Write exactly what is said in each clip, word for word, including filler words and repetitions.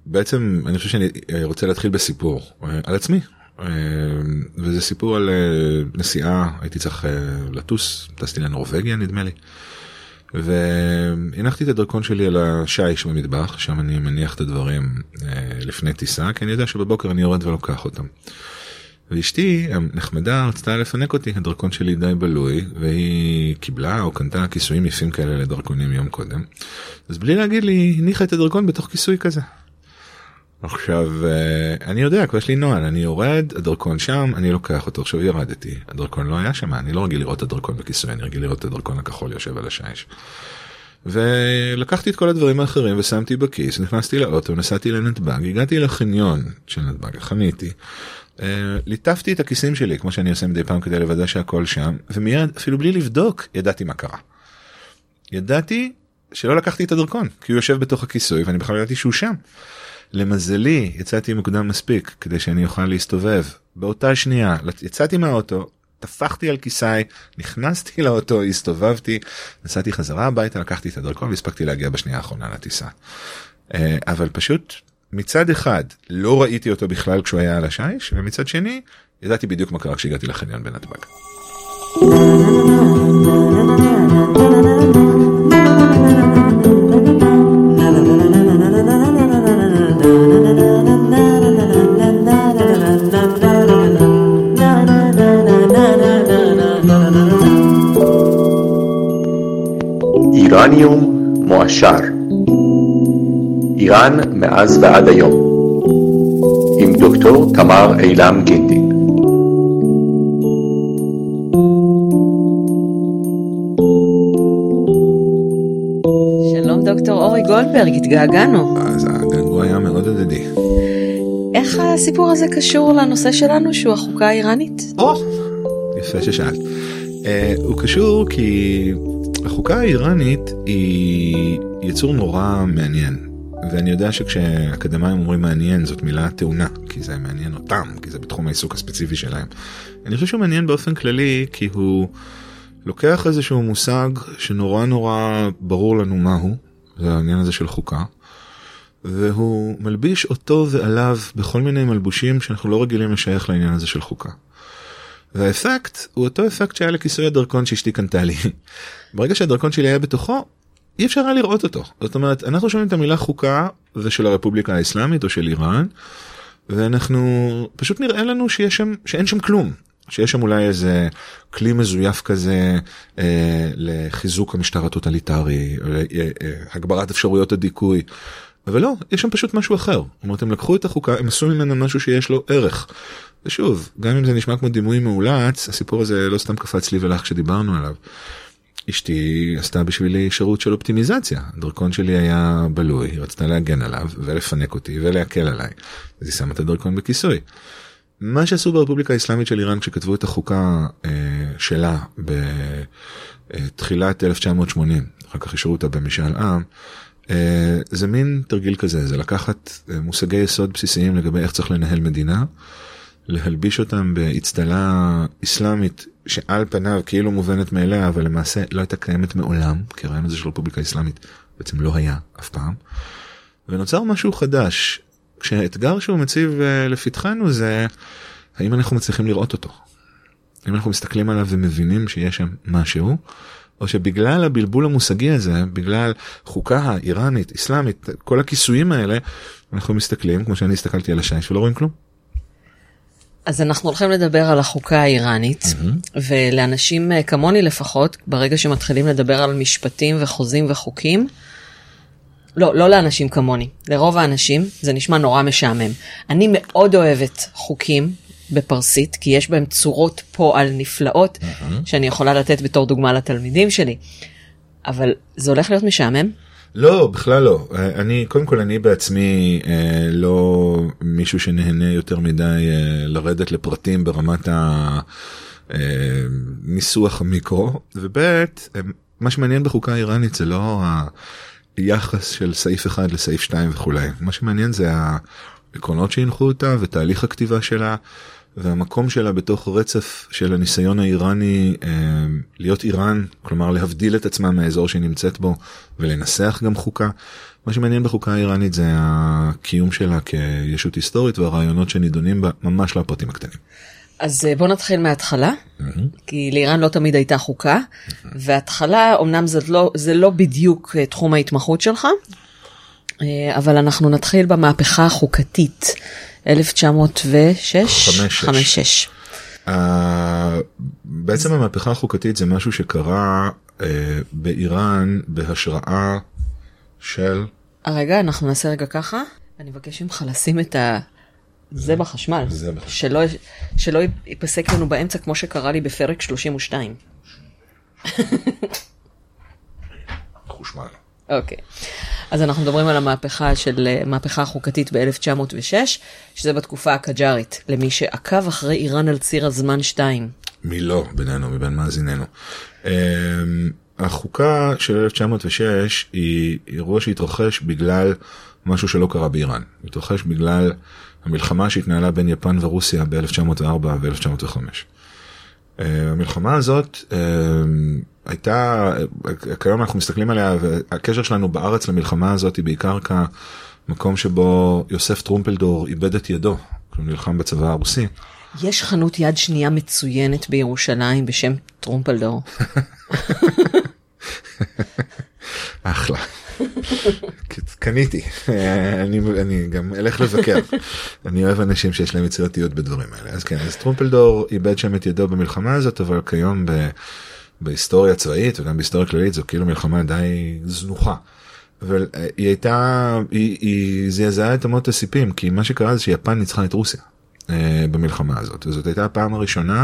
בעצם אני חושב שאני רוצה להתחיל בסיפור על עצמי, וזה סיפור על נסיעה, הייתי צריך לטוס, טסתי לנורווגיה נדמה לי, והנחתי את הדרכון שלי על השיש במטבח, שם אני מניח את הדברים לפני טיסה, כי אני יודע שבבוקר אני יורד ולוקח אותם. ואשתי נחמדה, רצתה לפנק אותי, הדרכון שלי די בלוי, והיא קיבלה או קנתה כיסויים יפים כאלה לדרכונים יום קודם. אז בלי להגיד לי, הניחה את הדרכון בתוך כיסוי כזה. עכשיו, אני יודע, כבר יש לי נועל, אני יורד, הדרכון שם, אני לוקח אותו, עכשיו ירדתי, הדרכון לא היה שם, אני לא רגיל לראות את הדרכון בכיסוי, אני רגיל לראות את הדרכון הכחול יושב על השיש. ולקחתי את כל הדברים האחרים ושמתי בכיס, נכנסתי לאוטו, נסעתי לנתב"ג, הגעתי לחניון של נתב"ג, חניתי, ליטפתי את הכיסים שלי, כמו שאני עושה מדי פעם כדי לוודא שהכל שם, ומיד, אפילו בלי לבדוק, ידעתי מה קרה. ידעתי שלא לקחתי את הדרכון, כי הוא יושב בתוך הכיסוי, ואני בכלל ידעתי שהוא שם. למזלי, יצאתי מוקדם מספיק, כדי שאני אוכל להסתובב. באותה שנייה, יצאתי מהאוטו, טפחתי על כיסאי, נכנסתי לאוטו, הסתובבתי, נסעתי חזרה הביתה, לקחתי את הדרכון, והספקתי להגיע בשנייה האחרונה לטיסה. אבל פשוט, מצד אחד, לא ראיתי אותו בכלל כשהוא היה על השיש, ומצד שני, ידעתי בדיוק מה קרה כשהגעתי לחניון בנתב"ג. איראניום מועשר, איראן מאז ועד היום, עם דוקטור תמר אילם גינדין. שלום דוקטור אורי גולדברג, התגעגענו. אז הגעגוע היה מאוד הדדי. איך הסיפור הזה קשור לנושא שלנו שהוא החוקה האיראנית? או, יפה ששאלת. הוא קשור כי החוקה האיראנית היא יצור נורא מעניין, ואני יודע שכשאקדמיים אומרים מעניין זאת מילה טעונה, כי זה מעניין אותם, כי זה בתחום העיסוק הספציפי שלהם. אני חושב שהוא מעניין באופן כללי, כי הוא לוקח איזשהו מושג שנורא נורא ברור לנו מהו, זה העניין הזה של חוקה, והוא מלביש אותו ועליו בכל מיני מלבושים שאנחנו לא רגילים לשייך לעניין הזה של חוקה. והאפקט הוא אותו אפקט שהיה לכיסוי הדרכון שאשתי קנתה לי. ברגע שהדרכון שלי היה בתוכו, אי אפשר היה לראות אותו. זאת אומרת, אנחנו שומעים את המילה חוקה, ושל הרפובליקה האסלאמית או של איראן, ואנחנו, פשוט נראה לנו שיש שם, שאין שם כלום. שיש שם אולי איזה כלי מזויף כזה אה, לחיזוק המשטר הטוטליטרי, אה, אה, הגברת אפשרויות הדיכוי. אבל לא, יש שם פשוט משהו אחר. זאת אומרת, הם לקחו את החוקה, הם עשו ממנה משהו שיש לו ערך. ושוב, גם אם זה נשמע כמו דימוי מאולץ, הסיפור הזה לא סתם קפץ לי ולך כשדיברנו עליו. אשתי עשתה בשבילי שירות של אופטימיזציה. הדרכון שלי היה בלוי, היא רצתה להגן עליו ולפנק אותי ולהקל עליי. אז היא שמה את הדרכון בכיסוי. מה שעשו ברפובליקה האסלאמית של איראן כשכתבו את החוקה אה, שלה בתחילת אלף תשע מאות שמונים, אחר כך אישרו אותה במשאל עם, אה, זה מין תרגיל כזה, זה לקחת אה, מושגי יסוד בסיסיים לגבי איך צריך לנהל מדינה, להלביש אותם באצטלה אסלאמית שעל פניו כאילו מובנת מאליה, אבל למעשה לא הייתה קיימת מעולם, כי הרעיון הזה של רפובליקה האסלאמית בעצם לא היה אף פעם, ונוצר משהו חדש, כשהאתגר שהוא מציב לפתחנו זה, האם אנחנו מצליחים לראות אותו? האם אנחנו מסתכלים עליו ומבינים שיש שם משהו, או שבגלל הבלבול המושגי הזה, בגלל חוקה האיראנית, אסלאמית, כל הכיסויים האלה, אנחנו מסתכלים, כמו שאני הסתכלתי על השיש, ולא רואים כלום. אז אנחנו הולכים לדבר על החוקה האיראנית, mm-hmm. ולאנשים כמוני לפחות, ברגע שמתחילים לדבר על משפטים וחוזים וחוקים, לא, לא לאנשים כמוני, לרוב האנשים זה נשמע נורא משעמם. אני מאוד אוהבת חוקים בפרסית, כי יש בהם צורות פועל נפלאות, mm-hmm. שאני יכולה לתת בתור דוגמה לתלמידים שלי. אבל זה הולך להיות משעמם? לא, בכלל לא. אני, קודם כל אני בעצמי אה, לא מישהו שנהנה יותר מדי אה, לרדת לפרטים ברמת הניסוח המיקרו, ובית, אה, מה שמעניין בחוקה האיראנית זה לא היחס של סעיף אחד לסעיף שתיים וכו'. מה שמעניין זה העקרונות שהנחו אותה ותהליך הכתיבה שלה, והמקום שלה בתוך רצף של הניסיון האיראני להיות איראן, כלומר להבדיל את עצמה מהאזור שהיא נמצאת בו ולנסח גם חוקה. מה שמעניין בחוקה האיראנית זה הקיום שלה כישות היסטורית והרעיונות שנידונים בה, ממש לא הפרטים הקטנים. אז בוא נתחיל מההתחלה, mm-hmm. כי לאיראן לא תמיד הייתה חוקה, mm-hmm. וההתחלה אמנם זה לא, זה לא בדיוק תחום ההתמחות שלך, אבל אנחנו נתחיל במהפכה החוקתית, אלף תשע מאות ושש. חמש שש. בעצם המהפכה החוקתית זה משהו שקרה באיראן בהשראה של... הרגע, אנחנו נעשה רגע ככה, אני מבקש ממך לשים את ה... זה בחשמל, שלא, שלא ייפסק לנו באמצע כמו שקרה לי בפרק שלושים ושתיים. חושמל. אוקיי. אז אנחנו מדברים על המהפכה של, מהפכה החוקתית ב-אלף תשע מאות ושש, שזה בתקופה הקג'ארית, למי שעקב אחרי איראן על ציר הזמן שתיים. מי לא, בינינו, מבין מאזיננו. החוקה של אלף תשע מאות ושש היא אירוע שהתרחש בגלל משהו שלא קרה באיראן. היא התרחש בגלל המלחמה שהתנהלה בין יפן ורוסיה ב-אלף תשע מאות וארבע ו-אלף תשע מאות וחמש. המלחמה הזאת הייתה, כיום אנחנו מסתכלים עליה, והקשר שלנו בארץ למלחמה הזאת היא בעיקר כמקום שבו יוסף טרומפלדור איבד את ידו, הוא נלחם בצבא הרוסי. יש חנות יד שנייה מצוינת בירושלים בשם טרומפלדור. אחלה. קניתי. אני, אני גם אלך לבקר. אני אוהב אנשים שיש להם יצירתיות בדברים האלה. אז כן, אז טרומפלדור איבד שם את ידו במלחמה הזאת, אבל כיום ב, בהיסטוריה צבאית וגם בהיסטוריה כללית זו כאילו מלחמה די זנוחה. אבל היא הייתה, היא, היא זעזעה את אמות הסיפים, כי מה שקרה זה שיפן ניצחה את רוסיה במלחמה הזאת. וזאת הייתה הפעם הראשונה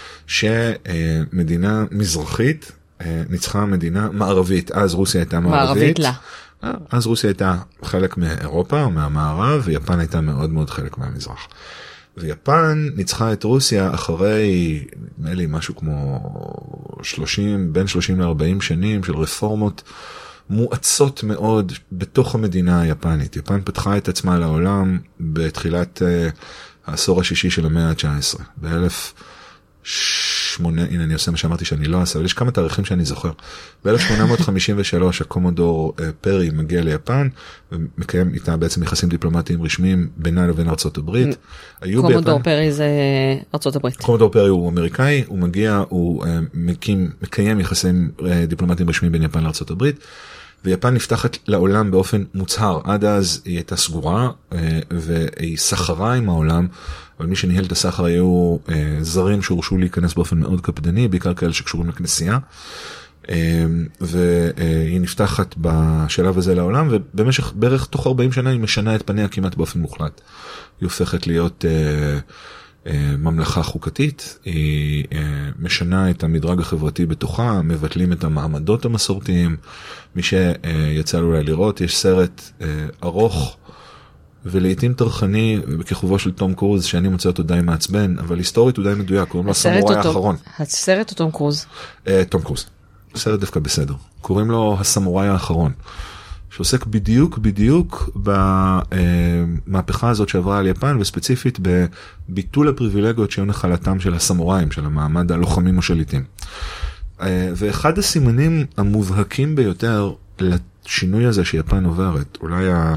שמדינה מזרחית ניצחה מדינה מערבית. אז רוסיה הייתה מערבית. מערבית לה. אז רוסיה הייתה חלק מאירופה או מהמערב, ויפן הייתה מאוד מאוד חלק מהמזרח. ויפן ניצחה את רוסיה אחרי, נדמה לי, משהו כמו שלושים, בין שלושים ל-ארבעים שנים של רפורמות מואצות מאוד בתוך המדינה היפנית. יפן פתחה את עצמה לעולם בתחילת uh, העשור השישי של המאה ה-תשע עשרה. באלף שמונה, הנה אני עושה מה שאמרתי שאני לא עושה, אבל יש כמה תאריכים שאני זוכר. ב-אלף שמונה מאות חמישים ושלוש הקומודור uh, פרי מגיע ליפן, ומקיים איתה בעצם יחסים דיפלומטיים רשמיים בינה לבין ארצות הברית. קומודור ביפן, פרי זה ארצות הברית. קומודור פרי הוא אמריקאי, הוא מגיע, הוא uh, מקים, מקיים יחסים uh, דיפלומטיים רשמיים בין יפן לארצות הברית, ויפן נפתחת לעולם באופן מוצהר. עד אז היא הייתה סגורה, uh, והיא סחרה עם העולם, אבל מי שניהל את הסחר היו uh, זרים שהורשו להיכנס באופן מאוד קפדני, בעיקר כאלה שקשורים לכנסייה, uh, והיא נפתחת בשלב הזה לעולם, ובמשך בערך תוך ארבעים שנה היא משנה את פניה כמעט באופן מוחלט. היא הופכת להיות uh, uh, ממלכה חוקתית, היא uh, משנה את המדרג החברתי בתוכה, מבטלים את המעמדות המסורתיים. מי שיצא לו אולי לראות, יש סרט uh, ארוך, ולעיתים טרחני בכיכובו של תום קרוז, שאני מוצא אותו די מעצבן, אבל היסטורית הוא די מדויק, קוראים לו הסמוראי האחרון. הסרט או תום קרוז? תום קרוז. סרט דווקא בסדר. קוראים לו הסמוראי האחרון, שעוסק בדיוק בדיוק במהפכה הזאת שעברה על יפן, וספציפית בביטול הפריבילגיות שהיו נחלתם של הסמוראים, של המעמד הלוחמים השליטים. ואחד הסימנים המובהקים ביותר לשינוי הזה שיפן עוברת, אולי ה...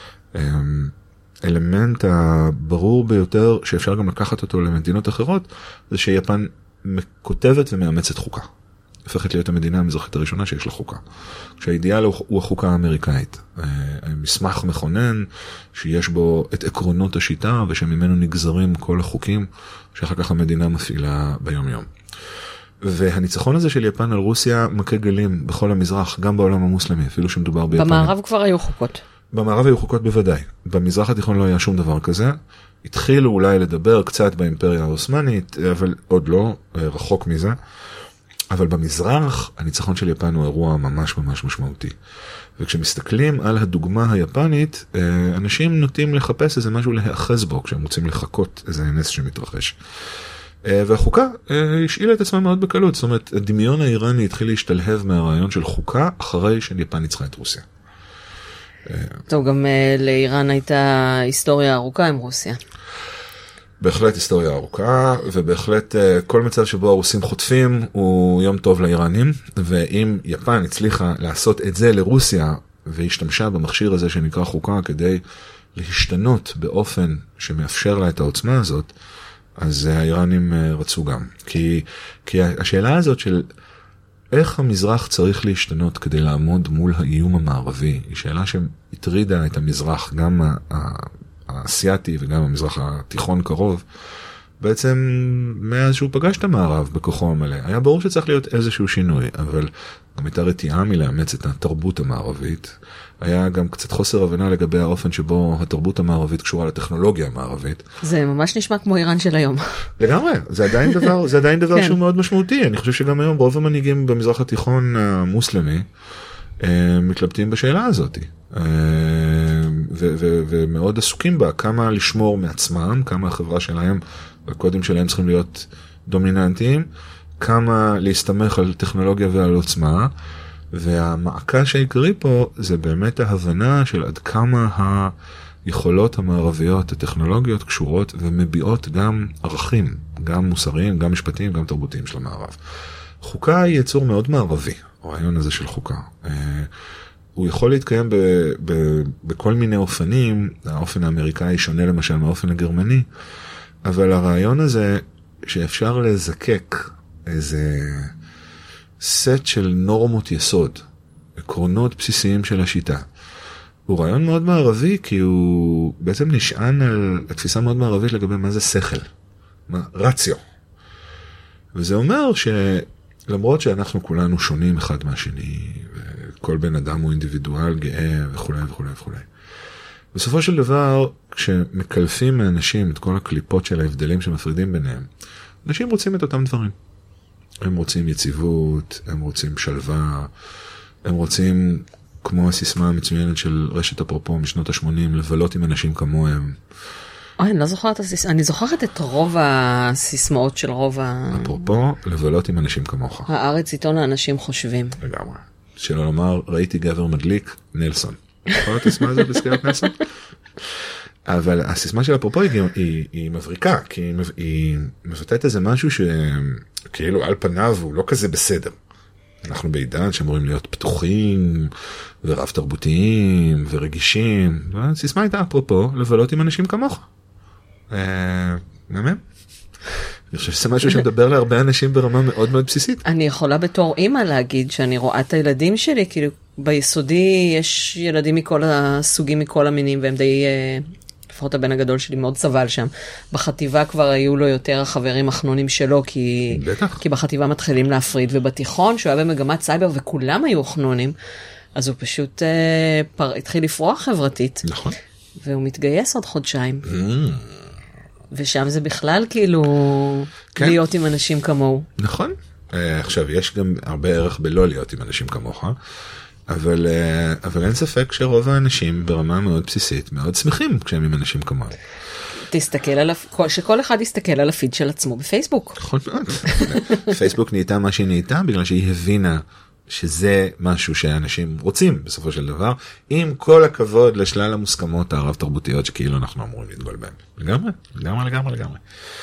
האלמנט הברור ביותר שאפשר גם לקחת אותו למדינות אחרות, זה שיפן כותבת ומאמצת חוקה. הופכת להיות המדינה המזרחית הראשונה שיש לה חוקה. כשהאידיאל הוא החוקה האמריקאית. מסמך מכונן שיש בו את עקרונות השיטה ושממנו נגזרים כל החוקים שאחר כך המדינה מפעילה ביום יום. והניצחון הזה של יפן על רוסיה מכה גלים בכל המזרח, גם בעולם המוסלמי, אפילו שמדובר ביפן. במערב כבר היו חוקות. במערב היו חוקות בוודאי. במזרח התיכון לא היה שום דבר כזה. התחילו אולי לדבר קצת באימפריה האוסמנית, אבל עוד לא, רחוק מזה. אבל במזרח, הניצחון של יפן הוא אירוע ממש ממש משמעותי. וכשמסתכלים על הדוגמה היפנית, אנשים נוטים לחפש איזה משהו להאחז בו, כשהם רוצים לחכות איזה נס שמתרחש. והחוקה השאילה את עצמה מאוד בקלות. זאת אומרת, הדמיון האיראני התחיל להשתלהב מהרעיון של חוקה, אחרי שיפן ניצחה את רוסיה. טוב, גם לאיראן הייתה היסטוריה ארוכה עם רוסיה. בהחלט היסטוריה ארוכה, ובהחלט כל מצב שבו הרוסים חוטפים הוא יום טוב לאיראנים, ואם יפן הצליחה לעשות את זה לרוסיה, והשתמשה במכשיר הזה שנקרא חוקה כדי להשתנות באופן שמאפשר לה את העוצמה הזאת, אז האיראנים רצו גם. כי, כי השאלה הזאת של איך המזרח צריך להשתנות כדי לעמוד מול האיום המערבי, היא שאלה שהטרידה את המזרח, גם האסייתי וגם המזרח התיכון קרוב, בעצם מאז שהוא פגש את המערב בכוחו המלא. היה ברור שצריך להיות איזשהו שינוי, אבל גם הייתה רתיעה מלאמץ את התרבות המערבית. היה גם קצת חוסר הבנה לגבי האופן שבו התרבות המערבית קשורה לטכנולוגיה המערבית. זה ממש נשמע כמו איראן של היום. לגמרי, זה עדיין דבר, זה עדיין דבר שהוא מאוד משמעותי. אני חושב שגם היום רוב המנהיגים במזרח התיכון המוסלמי מתלבטים בשאלה הזאת. ומאוד עסוקים בה, כמה לשמור מעצמם, כמה החברה שלהם, הקודים שלהם צריכים להיות דומיננטיים, כמה להסתמך על טכנולוגיה ועל עוצמה, והמעקה שהעיקרי פה זה באמת ההבנה של עד כמה היכולות המערביות, הטכנולוגיות קשורות ומביעות גם ערכים, גם מוסריים, גם משפטיים, גם תרבותיים של המערב. חוקה היא יצור מאוד מערבי, הרעיון הזה של חוקה. הוא יכול להתקיים ב, ב, בכל מיני אופנים, האופן האמריקאי שונה למשל מהאופן הגרמני, אבל הרעיון הזה שאפשר לזקק איזה סט של נורמות יסוד, עקרונות בסיסיים של השיטה. הוא רעיון מאוד מערבי, כי הוא בעצם נשען על התפיסה מאוד מערבית לגבי מה זה שכל, מה רציו. וזה אומר שלמרות שאנחנו כולנו שונים אחד מהשני, וכל בן אדם הוא אינדיבידואל גאה וכו' וכו' וכו'. בסופו של דבר, כשמקלפים מאנשים את כל הקליפות של ההבדלים שמפרידים ביניהם, אנשים רוצים את אותם דברים. הם רוצים יציבות, הם רוצים שלווה, הם רוצים, כמו הסיסמה המצוינת של רשת אפרופו משנות ה-שמונים, לבלות עם אנשים כמוהם. אוי, אני לא זוכרת, אני זוכרת את רוב הסיסמאות של רוב ה... אפרופו, לבלות עם אנשים כמוך. הארץ עיתון האנשים חושבים. לגמרי. שלא לומר, ראיתי גבר מדליק, נלסון. נכון הסיסמה הזאת בסקירת נלסון? אבל הסיסמה של אפרופו היא, היא, היא מבריקה, כי היא, היא מבטאת איזה משהו שכאילו על פניו הוא לא כזה בסדר. אנחנו בעידן שאמורים להיות פתוחים ורב תרבותיים ורגישים. הסיסמה הייתה אפרופו לבלות עם אנשים כמוך. אה, מהמם. אני חושב שזה משהו שמדבר להרבה אנשים ברמה מאוד מאוד בסיסית. אני יכולה בתור אימא להגיד שאני רואה את הילדים שלי, כאילו ביסודי יש ילדים מכל הסוגים, מכל המינים, והם די, לפחות הבן הגדול שלי מאוד סבל שם. בחטיבה כבר היו לו יותר החברים החנונים שלו, כי, כי בחטיבה מתחילים להפריד, ובתיכון שהוא היה במגמת סייבר וכולם היו חנונים, אז הוא פשוט אה, פר, התחיל לפרוח חברתית. נכון. והוא מתגייס עוד חודשיים. Mm. ושם זה בכלל כאילו כן. להיות עם אנשים כמוהו. נכון. Uh, עכשיו, יש גם הרבה ערך בלא להיות עם אנשים כמוך, אבל, uh, אבל אין ספק שרוב האנשים ברמה מאוד בסיסית, מאוד שמחים כשהם עם אנשים כמוהו. תסתכל על, שכל אחד יסתכל על הפיד של עצמו בפייסבוק. נכון מאוד. פייסבוק נהייתה מה שהיא נהייתה, בגלל שהיא הבינה שזה משהו שאנשים רוצים בסופו של דבר, עם כל הכבוד לשלל המוסכמות הרב תרבותיות שכאילו אנחנו אמורים להתגול בהם. לגמרי, לגמרי, לגמרי, לגמרי.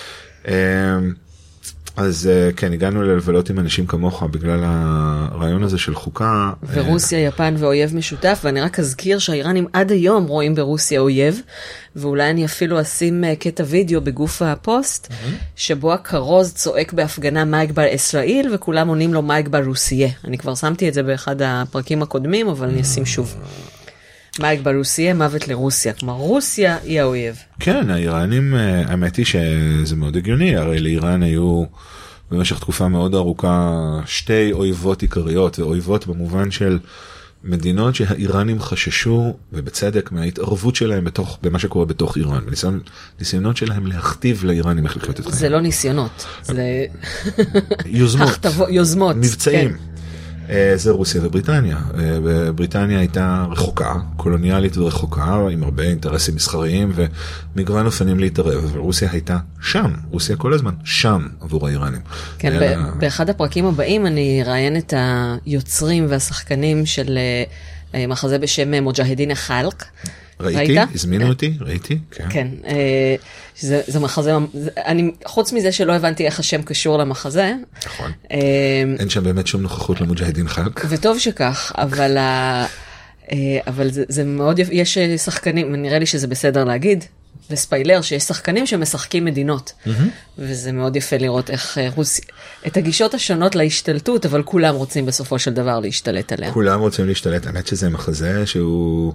אז כן, הגענו ללבלות עם אנשים כמוך בגלל הרעיון הזה של חוקה. ורוסיה, יפן ואויב משותף, ואני רק אזכיר שהאיראנים עד היום רואים ברוסיה אויב, ואולי אני אפילו אשים קטע וידאו בגוף הפוסט, שבו הכרוז צועק בהפגנה מה אכבר ישראל, וכולם עונים לו מה אכבר רוסיה. אני כבר שמתי את זה באחד הפרקים הקודמים, אבל אני אשים שוב. מה אכבר רוסיה, מוות לרוסיה. כלומר, רוסיה היא האויב. כן, האיראנים, האמת היא שזה מאוד הגיוני, הרי לאיראן היו במשך תקופה מאוד ארוכה שתי אויבות עיקריות, ואויבות במובן של מדינות שהאיראנים חששו, ובצדק, מההתערבות שלהם בתוך, במה שקורה בתוך איראן. ניסיונות שלהם להכתיב לאיראנים איך לחיות את חיים. זה לא ניסיונות, זה יוזמות, יוזמות. מבצעים. זה רוסיה ובריטניה. בריטניה הייתה רחוקה, קולוניאלית ורחוקה, עם הרבה אינטרסים מסחריים ומגוון אופנים להתערב, אבל רוסיה הייתה שם, רוסיה כל הזמן שם עבור האיראנים. כן, אלא... באחד הפרקים הבאים אני ראיין את היוצרים והשחקנים של מחזה בשם מוג'הדין החלק, ראיתי, הזמינו אותי, ראיתי, כן. כן, זה, זה מחזה, אני, חוץ מזה שלא הבנתי איך השם קשור למחזה. נכון. אין שם באמת שום נוכחות למוג'הדין חלק. וטוב שכך, אבל, אבל זה, זה מאוד יפה, יש שחקנים, נראה לי שזה בסדר להגיד, וספיילר, שיש שחקנים שמשחקים מדינות, וזה מאוד יפה לראות איך רוסיה, את הגישות השונות להשתלטות, אבל כולם רוצים בסופו של דבר להשתלט עליה. כולם רוצים להשתלט, האמת שזה מחזה שהוא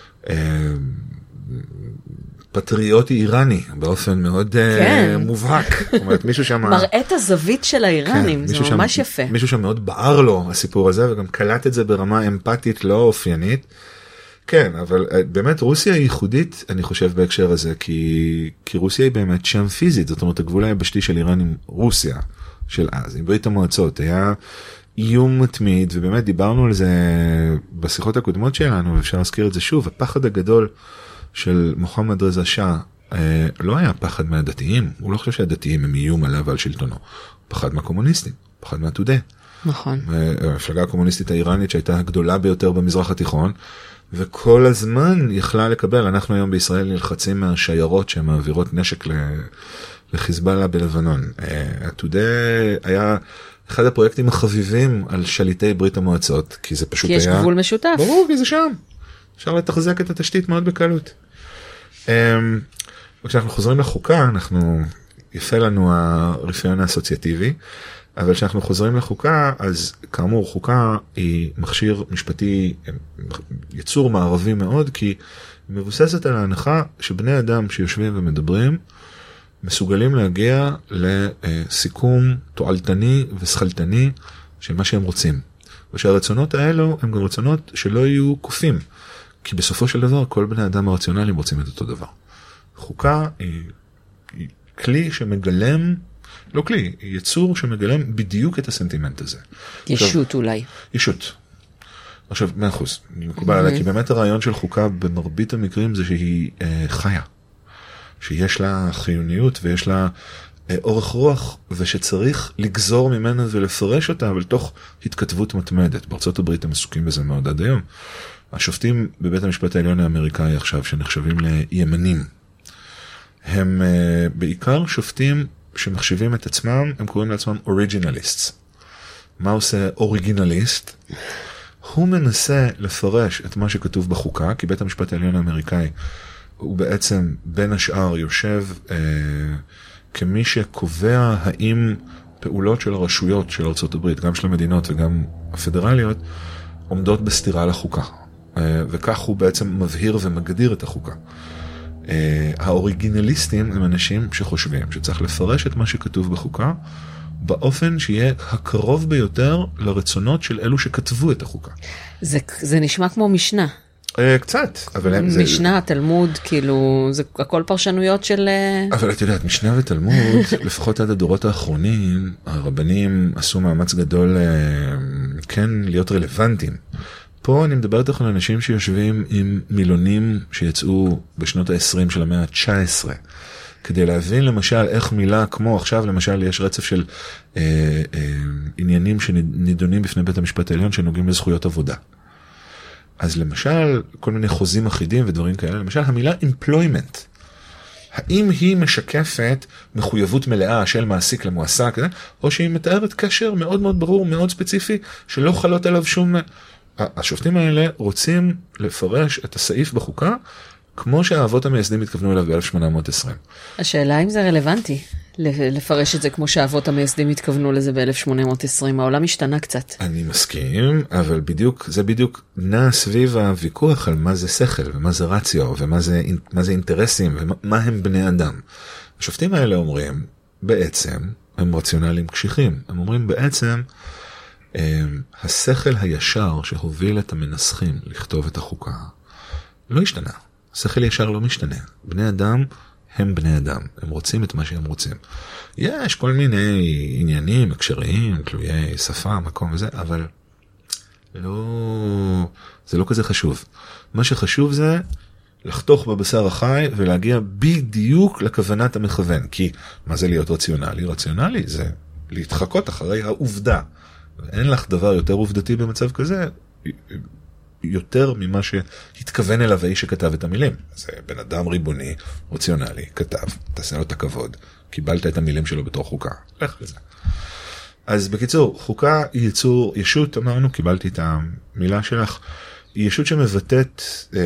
פטריוטי איראני, באופן מאוד מובהק. זאת אומרת, מישהו שם... מראה את הזווית של האיראנים, זה ממש יפה. מישהו שם מאוד בער לו הסיפור הזה, וגם קלט את זה ברמה אמפתית לא אופיינית. כן, אבל באמת רוסיה היא ייחודית, אני חושב, בהקשר הזה, כי, כי רוסיה היא באמת שם פיזית, זאת אומרת, הגבול היבשתי של איראן עם רוסיה של אז, עם ברית המועצות, היה איום מתמיד, ובאמת דיברנו על זה בשיחות הקודמות שלנו, ואפשר להזכיר את זה שוב, הפחד הגדול של מוחמד רזה שאה, אה, לא היה פחד מהדתיים, הוא לא חושב שהדתיים הם איום עליו ועל שלטונו, פחד מהקומוניסטים, פחד מהתודה. נכון. המפלגה הקומוניסטית האיראנית שהייתה הגדולה ביותר במזרח התיכון, וכל הזמן יכלה לקבל, אנחנו היום בישראל נלחצים מהשיירות שמעבירות נשק לחיזבאללה בלבנון. התודה היה אחד הפרויקטים החביבים על שליטי ברית המועצות, כי זה פשוט היה... כי יש גבול משותף. ברור, כי זה שם. אפשר לתחזק את התשתית מאוד בקלות. וכשאנחנו חוזרים לחוקה, אנחנו... יפה לנו הרפיון האסוציאטיבי, אבל כשאנחנו חוזרים לחוקה, אז כאמור, חוקה היא מכשיר משפטי, יצור מערבי מאוד, כי היא מבוססת על ההנחה שבני אדם שיושבים ומדברים, מסוגלים להגיע לסיכום תועלתני ושכלתני של מה שהם רוצים. ושהרצונות האלו הם גם רצונות שלא יהיו קופים, כי בסופו של דבר כל בני אדם הרציונליים רוצים את אותו דבר. חוקה היא, היא כלי שמגלם, לא כלי, היא יצור שמגלם בדיוק את הסנטימנט הזה. ישות עכשיו, אולי. ישות. עכשיו, מאה אחוז, אני מקובל עליי, כי באמת הרעיון של חוקה במרבית המקרים זה שהיא אה, חיה. שיש לה חיוניות ויש לה אה, אורך רוח, ושצריך לגזור ממנה ולפרש אותה, אבל תוך התכתבות מתמדת. בארצות הברית הם עסוקים בזה מאוד עד היום. השופטים בבית המשפט העליון האמריקאי עכשיו, שנחשבים לימנים, הם uh, בעיקר שופטים שמחשיבים את עצמם, הם קוראים לעצמם אוריג'ינליסטס. מה עושה אוריגינליסט? הוא מנסה לפרש את מה שכתוב בחוקה, כי בית המשפט העליון האמריקאי הוא בעצם בין השאר יושב uh, כמי שקובע האם פעולות של הרשויות של ארצות הברית, גם של המדינות וגם הפדרליות, עומדות בסתירה לחוקה. Uh, וכך הוא בעצם מבהיר ומגדיר את החוקה. Uh, האוריגינליסטים הם אנשים שחושבים שצריך לפרש את מה שכתוב בחוקה באופן שיהיה הקרוב ביותר לרצונות של אלו שכתבו את החוקה. זה, זה נשמע כמו משנה. Uh, קצת. אבל משנה, זה... תלמוד, כאילו, זה הכל פרשנויות של... אבל את יודעת, משנה ותלמוד, לפחות עד הדורות האחרונים, הרבנים עשו מאמץ גדול, uh, כן, להיות רלוונטיים. פה אני מדבר איתך על אנשים שיושבים עם מילונים שיצאו בשנות ה-עשרים של המאה ה-תשע עשרה, כדי להבין למשל איך מילה כמו עכשיו, למשל יש רצף של אה, אה, עניינים שנידונים בפני בית המשפט העליון שנוגעים לזכויות עבודה. אז למשל, כל מיני חוזים אחידים ודברים כאלה, למשל המילה employment, האם היא משקפת מחויבות מלאה של מעסיק למועסק, או שהיא מתארת קשר מאוד מאוד ברור, מאוד ספציפי, שלא חלות עליו שום... השופטים האלה רוצים לפרש את הסעיף בחוקה, כמו שהאבות המייסדים התכוונו אליו ב-אלף שמונה מאות ועשרים. השאלה אם זה רלוונטי, לפרש את זה כמו שהאבות המייסדים התכוונו לזה ב-אלף שמונה מאות ועשרים, העולם השתנה קצת. אני מסכים, אבל בדיוק, זה בדיוק נע סביב הוויכוח על מה זה שכל, ומה זה רציו, ומה זה, מה זה אינטרסים, ומה הם בני אדם. השופטים האלה אומרים, בעצם, הם רציונליים קשיחים, הם אומרים בעצם, השכל הישר שהוביל את המנסחים לכתוב את החוקה לא השתנה. השכל ישר לא משתנה. בני אדם הם בני אדם. הם רוצים את מה שהם רוצים. יש כל מיני עניינים, הקשריים, תלויי שפה, מקום וזה, אבל לא, זה לא כזה חשוב. מה שחשוב זה לחתוך בבשר החי ולהגיע בדיוק לכוונת המכוון. כי מה זה להיות רציונלי? רציונלי זה להתחקות אחרי העובדה. אין לך דבר יותר עובדתי במצב כזה, יותר ממה שהתכוון אליו האיש שכתב את המילים. זה בן אדם ריבוני, רציונלי, כתב, תעשה לו את הכבוד, קיבלת את המילים שלו בתור חוקה, לך לזה. אז בקיצור, חוקה היא יצור, ישות, אמרנו, קיבלתי את המילה שלך, היא ישות שמבטאת אה,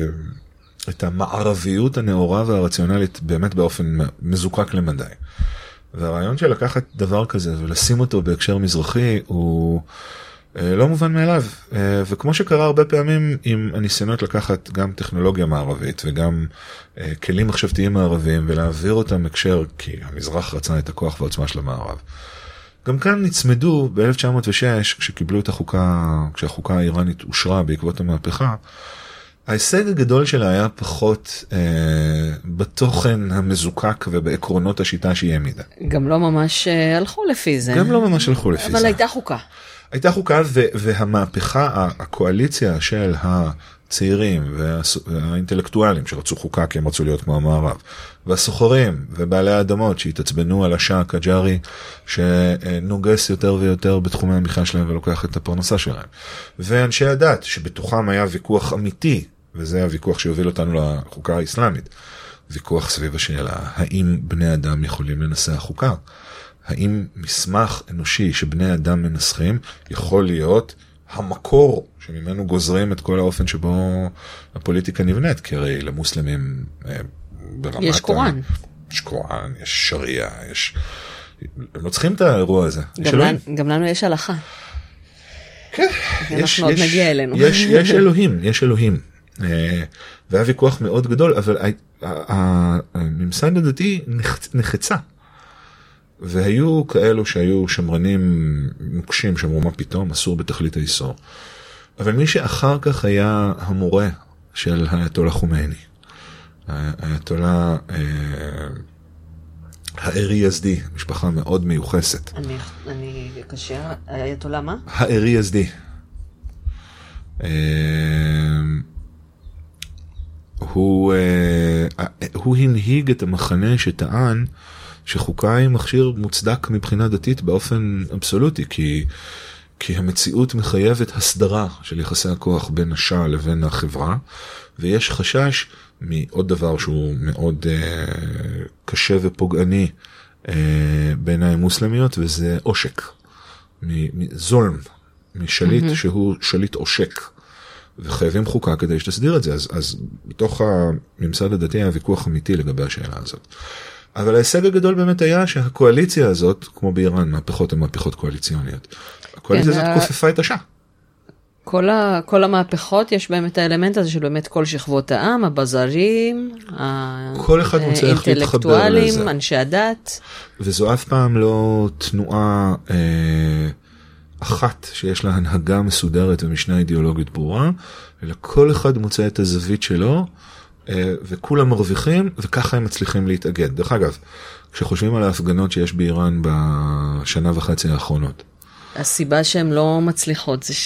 את המערביות הנאורה והרציונלית באמת באופן מזוקק למדי. והרעיון של לקחת דבר כזה ולשים אותו בהקשר מזרחי הוא אה, לא מובן מאליו. אה, וכמו שקרה הרבה פעמים עם הניסיונות לקחת גם טכנולוגיה מערבית וגם אה, כלים מחשבתיים מערביים ולהעביר אותם הקשר, כי המזרח רצה את הכוח והעוצמה של המערב. גם כאן נצמדו ב-אלף תשע מאות ושש, כשקיבלו את החוקה, כשהחוקה האיראנית אושרה בעקבות המהפכה, ההישג הגדול שלה היה פחות אה, בתוכן המזוקק ובעקרונות השיטה שהיא העמידה. גם לא ממש אה, הלכו לפי זה. גם לא ממש הלכו לפי אבל זה. אבל הייתה חוקה. הייתה חוקה ו- והמהפכה, הקואליציה של הצעירים והאינטלקטואלים שרצו חוקה כי הם רצו להיות כמו המערב, והסוחרים ובעלי האדמות שהתעצבנו על השאה הקג'ארי שנוגס יותר ויותר בתחומי המחיה שלהם ולוקח את הפרנסה שלהם, ואנשי הדת שבתוכם היה ויכוח אמיתי, וזה הוויכוח שהוביל אותנו לחוקה האסלאמית, ויכוח סביב השאלה האם בני אדם יכולים לנסח חוקה, האם מסמך אנושי שבני אדם מנסחים יכול להיות המקור שממנו גוזרים את כל האופן שבו הפוליטיקה נבנית, כי הרי למוסלמים ברמת... יש קוראן. יש קוראן, יש שריעה, יש... הם לא צריכים את האירוע הזה. גם, לנו, גם לנו יש הלכה. כן. אנחנו עוד נגיע אלינו. יש, יש אלוהים, יש אלוהים. והיה ויכוח מאוד גדול, אבל הממסד הדתי נחצה. והיו כאלו שהיו שמרנים מוקשים, שאמרו מה פתאום, אסור בתכלית האיסור. אבל מי שאחר כך היה המורה של האייתולה חומייני, האייתולה הארי יזדי, משפחה מאוד מיוחסת. אני, אני קשה, האייתולה מה? הארי יזדי. הוא, הוא הנהיג את המחנה שטען שחוקה היא מכשיר מוצדק מבחינה דתית באופן אבסולוטי, כי, כי המציאות מחייבת הסדרה של יחסי הכוח בין השעה לבין החברה, ויש חשש מעוד דבר שהוא מאוד אה, קשה ופוגעני אה, בעיניי מוסלמיות, וזה עושק, מזולם, משליט mm-hmm. שהוא שליט עושק, וחייבים חוקה כדי שתסדיר את זה. אז, אז בתוך הממסד הדתי היה ויכוח אמיתי לגבי השאלה הזאת. אבל ההישג הגדול באמת היה שהקואליציה הזאת, כמו באיראן, מהפכות הן מהפכות קואליציוניות. הקואליציה הזאת כופפה את השעה. כל, ה, כל המהפכות יש באמת האלמנט הזה של באמת כל שכבות העם, הבזרים, כל אחד מוצא איך להתחבר לזה. האינטלקטואלים, אנשי הדת. וזו אף פעם לא תנועה אה, אחת שיש לה הנהגה מסודרת ומשנה אידיאולוגית ברורה, אלא כל אחד מוצא את הזווית שלו, וכולם מרוויחים, וככה הם מצליחים להתאגד. דרך אגב, כשחושבים על ההפגנות שיש באיראן בשנה וחצי האחרונות. הסיבה שהן לא מצליחות זה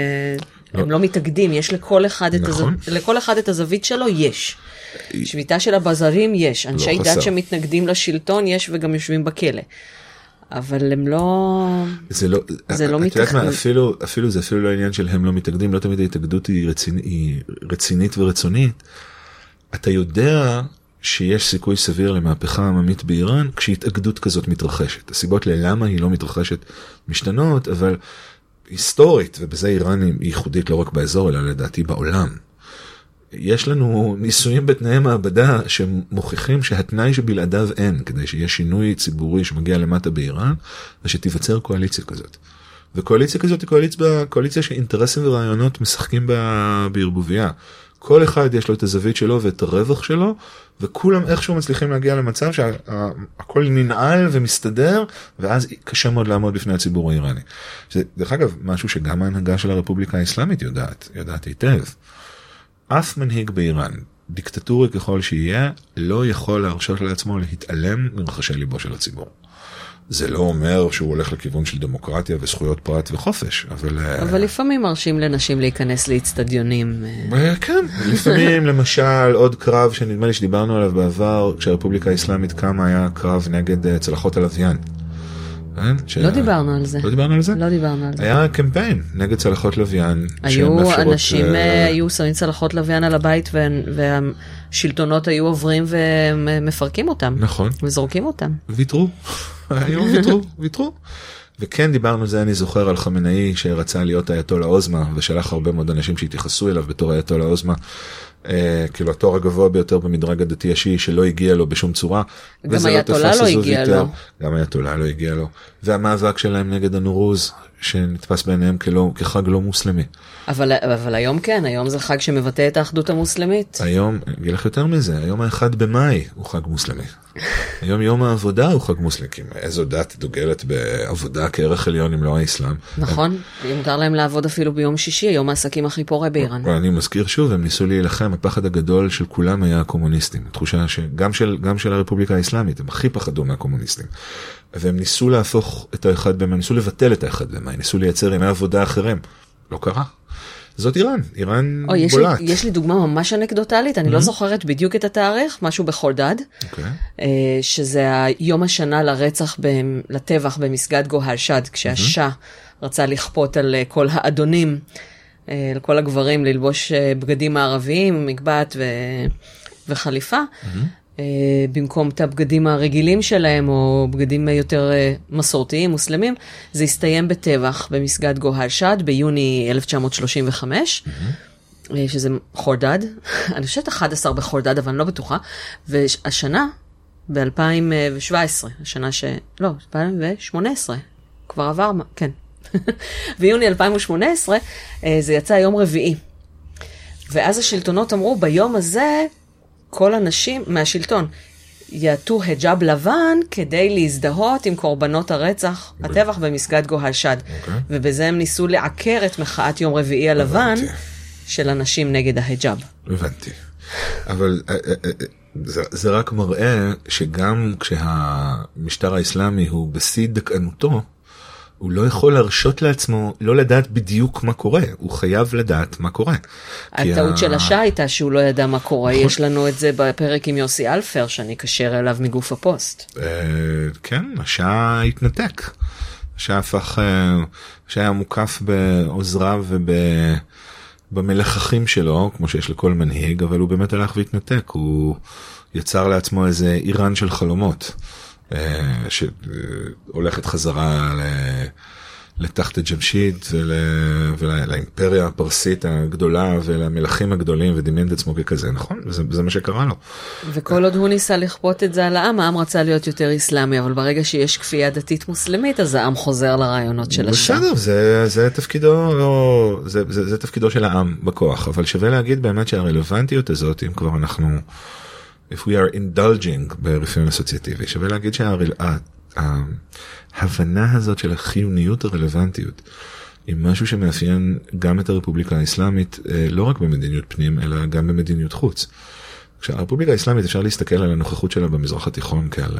שהם לא מתאגדים, יש לכל אחד, נכון. את הזו... לכל אחד את הזווית שלו, יש. שביתה של הבזרים יש, אנשי לא דת שמתנגדים לשלטון יש וגם יושבים בכלא. אבל הם לא... זה לא, זה לא מתאגדים. אפילו, אפילו, זה אפילו לא העניין של הם לא מתאגדים, לא תמיד ההתאגדות היא, רצינ... היא רצינית ורצונית. אתה יודע שיש סיכוי סביר למהפכה עממית באיראן כשהתאגדות כזאת מתרחשת. הסיבות ללמה היא לא מתרחשת משתנות, אבל היסטורית, ובזה איראן היא ייחודית לא רק באזור, אלא לדעתי בעולם. יש לנו ניסויים בתנאי מעבדה שמוכיחים שהתנאי שבלעדיו אין, כדי שיהיה שינוי ציבורי שמגיע למטה באיראן, זה שתיווצר קואליציה כזאת. וקואליציה כזאת היא קואליציה, קואליציה שאינטרסים ורעיונות משחקים בערבוביה. כל אחד יש לו את הזווית שלו ואת הרווח שלו, וכולם איכשהו מצליחים להגיע למצב שהכל ננעל ומסתדר, ואז קשה מאוד לעמוד בפני הציבור האיראני. זה, דרך אגב, משהו שגם ההנהגה של הרפובליקה האסלאמית יודעת, יודעת היטב. אף מנהיג באיראן, דיקטטורי ככל שיהיה, לא יכול להרשות לעצמו להתעלם מרחשי ליבו של הציבור. זה לא אומר שהוא הולך לכיוון של דמוקרטיה וזכויות פרט וחופש, אבל... אבל לפעמים מרשים לנשים להיכנס לאצטדיונים. כן, לפעמים למשל עוד קרב שנדמה לי שדיברנו עליו בעבר, כשהרפובליקה האסלאמית קמה היה קרב נגד צלחות הלוויין. לא דיברנו על זה. לא דיברנו על זה? לא דיברנו על זה. היה קמפיין נגד צלחות לוויין. היו אנשים, היו שמים צלחות לוויין על הבית, והשלטונות היו עוברים ומפרקים אותם. נכון. וזורקים אותם. ויתרו. היו ויתרו, ויתרו. וכן דיברנו על זה, אני זוכר על חמינאי שרצה להיות אייתולה עוזמה, ושלח הרבה מאוד אנשים שהתייחסו אליו בתור אייתולה עוזמה, אה, כאילו התואר הגבוה ביותר במדרג הדתי השיעי שלא הגיע לו בשום צורה. גם אייתולה לא הגיע לו. גם אייתולה לא הגיע לו. והמאבק שלהם נגד הנורוז, שנתפס בעיניהם כלא, כחג לא מוסלמי. אבל, אבל היום כן, היום זה חג שמבטא את האחדות המוסלמית. היום, אגיד לך יותר מזה, היום האחד במאי הוא חג מוסלמי. היום יום העבודה הוא חג מוסלמי. איזו דת דוגלת בעבודה כערך עליון אם לא האסלאם. נכון, מותר להם לעבוד אפילו ביום שישי, יום העסקים הכי פורה באיראן. אני מזכיר שוב, הם ניסו להילחם, הפחד הגדול של כולם היה הקומוניסטים. תחושה שגם של, גם של הרפובליקה האסלאמית, הם הכי פחדו מהקומוניסטים. והם ניסו להפוך את האחד במאי, ניסו לבטל את האחד במאי, ניסו לייצר ימי עבודה אחרים. לא קרה. זאת איראן, איראן או, יש בולט. לי, יש לי דוגמה ממש אנקדוטלית, אני mm-hmm. לא זוכרת בדיוק את התאריך, משהו בחורדד, okay. שזה היום השנה לרצח, ב, לטבח במסגד גוהל שד, כשהשאה mm-hmm. רצה לכפות על כל האדונים, על כל הגברים ללבוש בגדים מערביים, מגבעת ו, וחליפה, mm-hmm. במקום את הבגדים הרגילים שלהם, או בגדים יותר מסורתיים, מוסלמים, זה הסתיים בטבח במסגד גוהל שד ביוני אלף תשע מאות שלושים וחמש, mm-hmm. שזה חורדד, אני חושבת אחד עשר בחורדד, אבל אני לא בטוחה, והשנה, ב-אלפיים שבע עשרה, השנה ש... לא, אלפיים שמונה עשרה, כבר עבר, כן. ביוני אלפיים שמונה עשרה, זה יצא יום רביעי. ואז השלטונות אמרו, ביום הזה, כל אנשים מהשלטון יעטו היג'אב לבן כדי להזדהות עם קורבנות הרצח, okay. הטבח במסגד גוהל שד. Okay. ובזה הם ניסו לעקר את מחאת יום רביעי הלבן של אנשים נגד ההיג'אב. הבנתי. אבל זה, זה רק מראה שגם כשהמשטר האסלאמי הוא בשיא דכאנותו, הוא לא יכול להרשות לעצמו לא לדעת בדיוק מה קורה, הוא חייב לדעת מה קורה. הטעות של השעה הייתה שהוא לא ידע מה קורה, יש לנו את זה בפרק עם יוסי אלפר, שאני קשר אליו מגוף הפוסט. כן, השעה התנתק. השעה הפך, השעה היה מוקף בעוזריו ובמלחכים שלו, כמו שיש לכל מנהיג, אבל הוא באמת הלך והתנתק, הוא יצר לעצמו איזה איראן של חלומות. שהולכת חזרה לתחת ג'משיד ולאימפריה הפרסית הגדולה ולמלכים הגדולים, ודמיין את עצמו ככזה, נכון? וזה מה שקרה לו. וכל עוד הוא ניסה לכפות את זה על העם, העם רצה להיות יותר איסלאמי, אבל ברגע שיש כפייה דתית מוסלמית, אז העם חוזר לרעיונות של השעה. בסדר, זה תפקידו, זה תפקידו של העם בכוח, אבל שווה להגיד באמת שהרלוונטיות הזאת, אם כבר אנחנו if we are indulging ברפיון אסוציאטיבי, שווה להגיד שההבנה הזאת של החיוניות הרלוונטיות היא משהו שמאפיין גם את הרפובליקה האסלאמית, לא רק במדיניות פנים, אלא גם במדיניות חוץ. כשהרפובליקה האסלאמית אפשר להסתכל על הנוכחות שלה במזרח התיכון כעל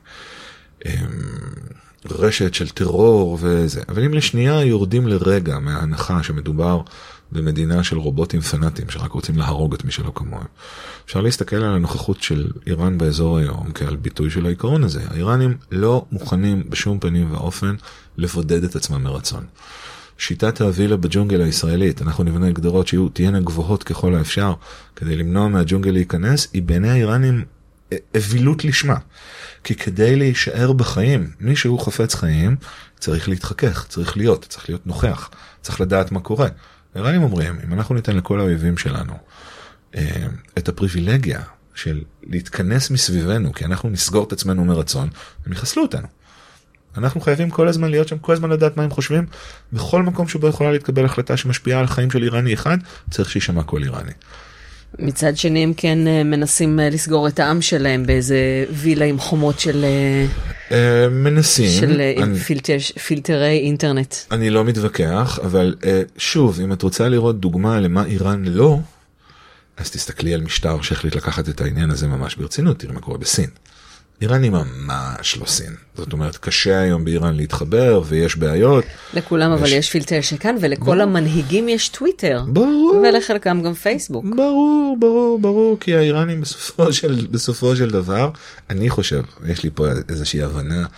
רשת של טרור וזה, אבל אם לשנייה יורדים לרגע מההנחה שמדובר במדינה של רובוטים פנאטים שרק רוצים להרוג את מי שלא כמוהם. אפשר להסתכל על הנוכחות של איראן באזור היום כעל ביטוי של העיקרון הזה. האיראנים לא מוכנים בשום פנים ואופן לבודד את עצמם מרצון. שיטת הווילה בג'ונגל הישראלית, אנחנו נבנה גדרות שיהיו תהיינה גבוהות ככל האפשר כדי למנוע מהג'ונגל להיכנס, היא בעיני האיראנים אווילות לשמה. כי כדי להישאר בחיים, מי שהוא חפץ חיים צריך להתחכך, צריך להיות, צריך להיות נוכח, צריך לדעת מה קורה. האיראנים אומרים, אם אנחנו ניתן לכל האויבים שלנו את הפריבילגיה של להתכנס מסביבנו, כי אנחנו נסגור את עצמנו מרצון, הם יחסלו אותנו. אנחנו חייבים כל הזמן להיות שם, כל הזמן לדעת מה הם חושבים, בכל מקום שבו יכולה להתקבל החלטה שמשפיעה על החיים של איראני אחד, צריך שישמע כל איראני. מצד שני הם כן מנסים לסגור את העם שלהם באיזה וילה עם חומות של... מנסים. של פילטרי אינטרנט. אני לא מתווכח, אבל שוב, אם את רוצה לראות דוגמה למה איראן לא, אז תסתכלי על משטר שהחליט לקחת את העניין הזה ממש ברצינות, תראי מה קורה בסין. איראן היא ממש לא סין. זאת אומרת, קשה היום באיראן להתחבר, ויש בעיות. לכולם, אבל יש פילטר שכאן, ולכל המנהיגים יש טוויטר. ברור. ולחלקם גם פייסבוק. ברור, ברור, ברור, כי האיראנים בסופו של, בסופו של דבר, אני חושב, יש לי פה איזושהי הבנה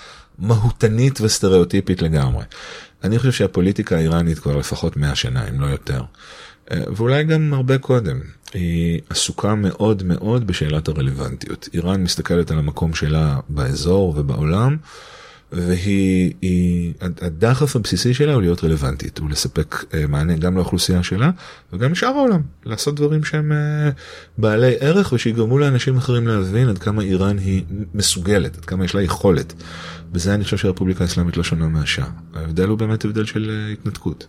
מהותנית וסטריאוטיפית לגמרי. אני חושב שהפוליטיקה האיראנית כבר לפחות מאה שנה, אם לא יותר. ואולי גם הרבה קודם. היא עסוקה מאוד מאוד בשאלת הרלוונטיות. איראן מסתכלת על המקום שלה באזור ובעולם, והיא, היא, הדחף הבסיסי שלה הוא להיות רלוונטית, הוא לספק מענה גם לאוכלוסייה שלה, וגם לשאר העולם, לעשות דברים שהם בעלי ערך, ושיגרמו לאנשים אחרים להבין עד כמה איראן היא מסוגלת, עד כמה יש לה יכולת. בזה אני חושב שהרפובליקה האסלאמית לא שונה מהשאר. ההבדל הוא באמת הבדל של התנתקות.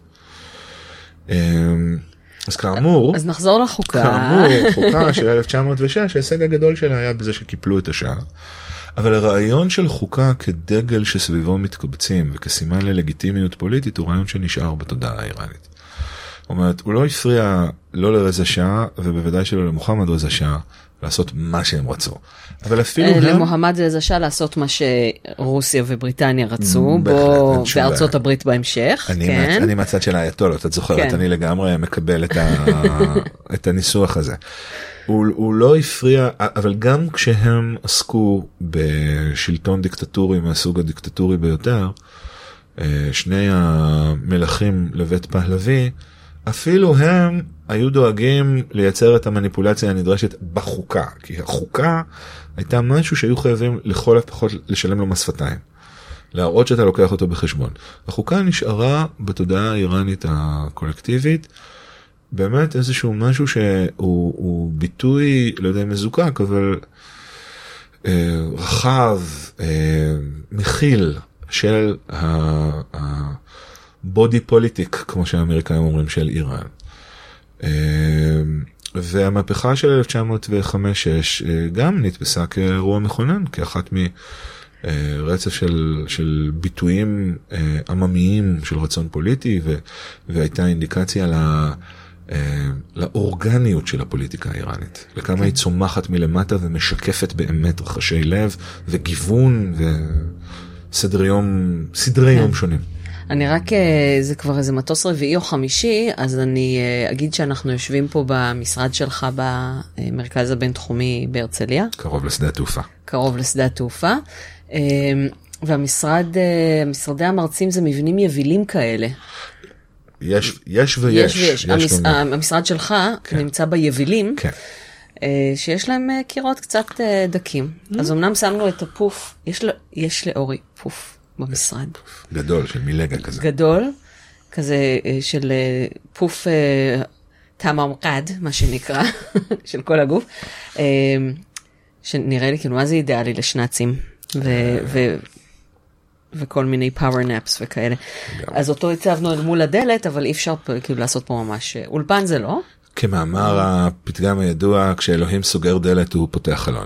אז כאמור, אז נחזור לחוקה. כאמור, חוקה של אלף תשע מאות ושש, ההישג הגדול שלה היה בזה שקיפלו את השאר. אבל הרעיון של חוקה כדגל שסביבו מתקבצים וכסימן ללגיטימיות פוליטית הוא רעיון שנשאר בתודעה האיראנית. זאת אומרת, הוא לא הפריע לא לרזה שעה ובוודאי שלא למוחמד רזה שעה לעשות מה שהם רצו. אבל אפילו הם... למוחמד רזה שעה לעשות מה שרוסיה ובריטניה רצו, בו בארצות הברית בהמשך. אני מהצד של האייתולות, את זוכרת, אני לגמרי מקבל את הניסוח הזה. הוא, הוא לא הפריע, אבל גם כשהם עסקו בשלטון דיקטטורי מהסוג הדיקטטורי ביותר, שני המלכים לבית פהלוי, אפילו הם היו דואגים לייצר את המניפולציה הנדרשת בחוקה, כי החוקה הייתה משהו שהיו חייבים לכל הפחות לשלם לו משפתיים, להראות שאתה לוקח אותו בחשבון. החוקה נשארה בתודעה האיראנית הקולקטיבית, באמת איזשהו משהו שהוא הוא ביטוי, לא יודע, מזוקק, אבל אה, רחב, אה, מכיל של הבודי פוליטיק, כמו שהאמריקאים אומרים, של איראן. אה, והמהפכה של אלף תשע מאות וחמש שש אה, גם נתפסה כאירוע מכונן, כאחת מרצף של, של ביטויים אה, עממיים של רצון פוליטי, ו, והייתה אינדיקציה ל... לאורגניות של הפוליטיקה האיראנית, לכמה היא צומחת מלמטה ומשקפת באמת רחשי לב וגיוון וסדרי יום, סדרי יום שונים. אני רק, זה כבר איזה מטוס רביעי או חמישי, אז אני אגיד שאנחנו יושבים פה במשרד שלך במרכז הבינתחומי בהרצליה. קרוב לשדה התעופה. קרוב לשדה התעופה. והמשרד, משרדי המרצים זה מבנים יבילים כאלה. יש, יש ויש. יש ויש. המש, המשרד שלך כן. נמצא ביבילים, כן. שיש להם קירות קצת דקים. Mm-hmm. אז אמנם שמנו את הפוף, יש, לו, יש לאורי פוף במשרד. גדול, של מילגה כזה. גדול, כזה של פוף תממקד, מה שנקרא, של כל הגוף, שנראה לי כאילו מה זה אידיאלי לשנצים, ו... ו וכל מיני power naps וכאלה. אז אותו הצבנו אל מול הדלת, אבל אי אפשר כאילו לעשות פה ממש אולפן, זה לא? כמאמר הפתגם הידוע, כשאלוהים סוגר דלת הוא פותח חלון.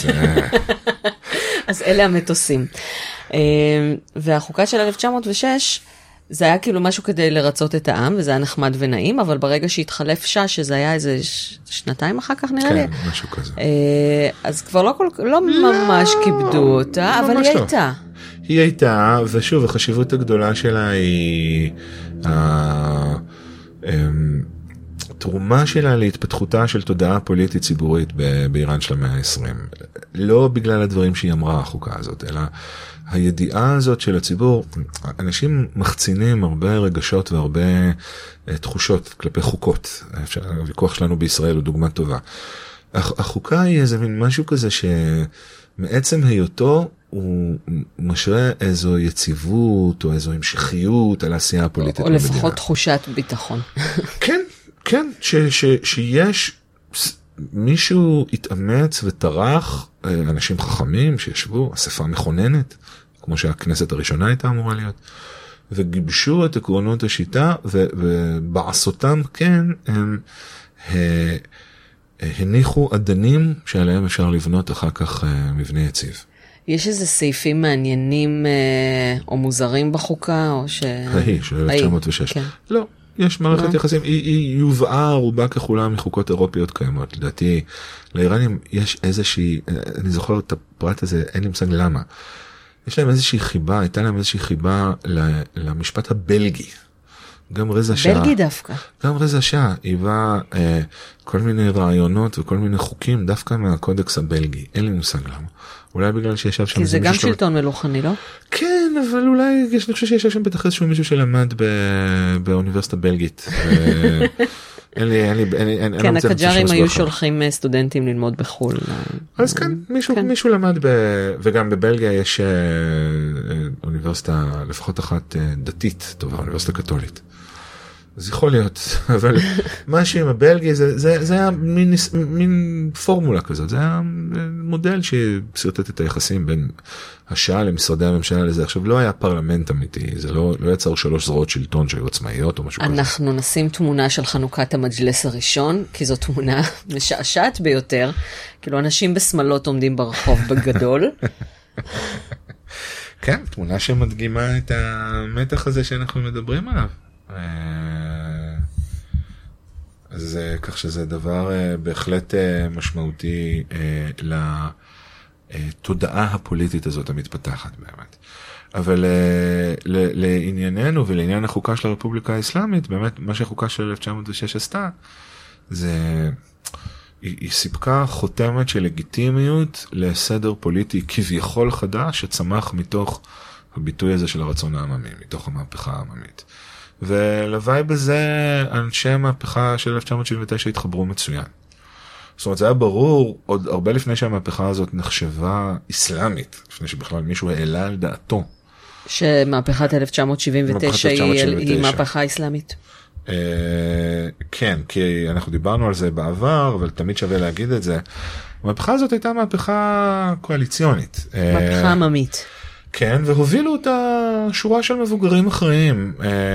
אז אלה המטוסים. והחוקה של אלף תשע מאות ושש, זה היה כאילו משהו כדי לרצות את העם, וזה היה נחמד ונעים, אבל ברגע שהתחלף שעה, שזה היה איזה שנתיים אחר כך נראה לי. כן, משהו כזה. אז כבר לא ממש כיבדו אותה, אבל היא הייתה. היא הייתה, ושוב, החשיבות הגדולה שלה היא התרומה שלה להתפתחותה של תודעה פוליטית ציבורית באיראן של המאה ה-עשרים. לא בגלל הדברים שהיא אמרה החוקה הזאת, אלא הידיעה הזאת של הציבור. אנשים מחצינים הרבה רגשות והרבה תחושות כלפי חוקות. הוויכוח שלנו בישראל הוא דוגמה טובה. החוקה היא איזה מין משהו כזה שמעצם היותו הוא משרה איזו יציבות או איזו המשכיות על העשייה הפוליטית במדינה. או לפחות תחושת ביטחון. כן, כן, ש, ש, שיש מישהו התאמץ וטרח, אנשים חכמים שישבו, אספה מכוננת, כמו שהכנסת הראשונה הייתה אמורה להיות, וגיבשו את עקרונות השיטה, ו, ובעשותם כן הם הניחו עדנים שעליהם אפשר לבנות אחר כך מבנה יציב. יש איזה סעיפים מעניינים אה, או מוזרים בחוקה, או ש... ההיא, של אלף תשע מאות ושש. כן. לא, יש מערכת יחסים, היא, היא יובאה רובה ככולה מחוקות אירופיות קיימות. לדעתי, לאיראנים יש איזושהי, אני זוכר את הפרט הזה, אין לי מושג למה. יש להם איזושהי חיבה, הייתה להם איזושהי חיבה למשפט הבלגי. גם רזה שעה. בלגי דווקא. גם רזה שעה, היא באה אה, כל מיני רעיונות וכל מיני חוקים דווקא מהקודקס הבלגי. אין לי מושג למה. אולי בגלל שישב שם... כי זה גם שלטון מלוכני, לא? כן, אבל אולי, אני חושב שישב שם בטח איזשהו מישהו שלמד באוניברסיטה בלגית. אין לי, אין לי, אין לי... כן, הקג'ארים היו שולחים סטודנטים ללמוד בחול. אז כן, מישהו למד, וגם בבלגיה יש אוניברסיטה, לפחות אחת דתית טובה, אוניברסיטה קתולית. אז יכול להיות, אבל משהו עם הבלגי, זה, זה, זה היה מין, מין פורמולה כזאת, זה היה מודל שסרטט את היחסים בין השעה למשרדי הממשלה לזה. עכשיו, לא היה פרלמנט אמיתי, זה לא, לא יצר שלוש זרועות שלטון שהיו עצמאיות או משהו כזה. אנחנו נשים תמונה של חנוכת המג'לס הראשון, כי זו תמונה משעשעת ביותר, כאילו אנשים בשמלות עומדים ברחוב בגדול. כן, תמונה שמדגימה את המתח הזה שאנחנו מדברים עליו. אז כך שזה דבר בהחלט משמעותי לתודעה הפוליטית הזאת המתפתחת באמת. אבל לענייננו ולעניין החוקה של הרפובליקה האסלאמית, באמת מה שהחוקה של אלף תשע מאות ושש עשתה, זה היא, היא סיפקה חותמת של לגיטימיות לסדר פוליטי כביכול חדש שצמח מתוך הביטוי הזה של הרצון העממי, מתוך המהפכה העממית. ולוואי בזה אנשי המהפכה של אלף תשע מאות שבעים ותשע התחברו מצוין. זאת אומרת, זה היה ברור עוד הרבה לפני שהמהפכה הזאת נחשבה אסלאמית, לפני שבכלל מישהו העלה על דעתו. שמהפכת אלף תשע מאות שבעים ותשע היא מהפכה אסלאמית. כן, כי אנחנו דיברנו על זה בעבר, אבל תמיד שווה להגיד את זה. המהפכה הזאת הייתה מהפכה קואליציונית. מהפכה עממית. כן, והובילו אותה שורה של מבוגרים אחרים,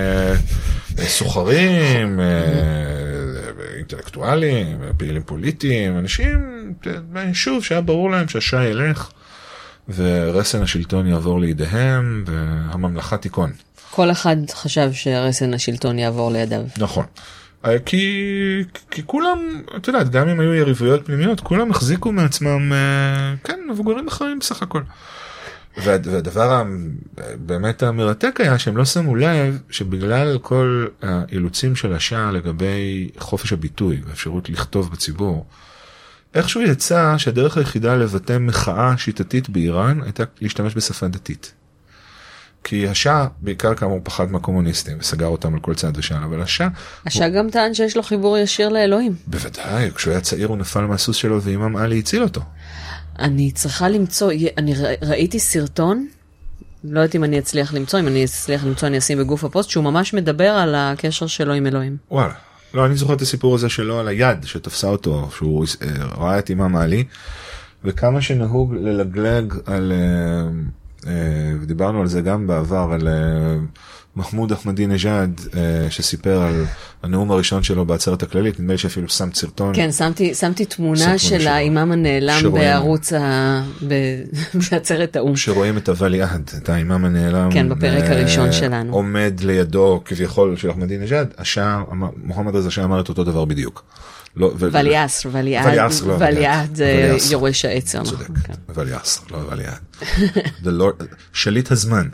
סוחרים, אינטלקטואלים, פעילים פוליטיים, אנשים, שוב, שהיה ברור להם שהשעה ילך, ורסן השלטון יעבור לידיהם, והממלכה תיכון. כל אחד חשב שרסן השלטון יעבור לידיו. נכון. כי, כי כולם, את יודעת, גם אם היו יריבויות פנימיות, כולם החזיקו מעצמם, כן, מבוגרים אחרים בסך הכל. והדבר באמת המרתק היה שהם לא שמו לב שבגלל כל האילוצים של השעה לגבי חופש הביטוי ואפשרות לכתוב בציבור, איכשהו יצא שהדרך היחידה לבטא מחאה שיטתית באיראן הייתה להשתמש בשפה דתית. כי השעה בעיקר כאמור פחד מהקומוניסטים וסגר אותם על כל צעד ושעל, אבל השעה... השעה הוא... גם טען שיש לו חיבור ישיר לאלוהים. בוודאי, כשהוא היה צעיר הוא נפל מהסוס שלו ואימם עלי הציל אותו. אני צריכה למצוא, אני ראיתי סרטון, לא יודעת אם אני אצליח למצוא, אם אני אצליח למצוא אני אשים בגוף הפוסט, שהוא ממש מדבר על הקשר שלו עם אלוהים. וואלה, לא, אני זוכר את הסיפור הזה שלו על היד שתפסה אותו, שהוא ראה את אימם עלי, וכמה שנהוג ללגלג על, ודיברנו על זה גם בעבר, על מחמוד אחמדינג'אד, שסיפר על הנאום הראשון שלו בעצרת הכללית, נדמה לי שאפילו שם סרטון. כן, שמתי, שמתי תמונה של האימאם הנעלם בערוץ בעצרת האום. שרואים את הווליאד, את האימאם הנעלם. כן, בפרק הראשון שלנו. עומד לידו כביכול של אחמדינג'אד, השעה, מוחמד רזה שעה אמר את אותו דבר בדיוק. וליאסר, וליאד זה יורש העצר. צודק, וליאסר, לא וליאד. שליט הזמן.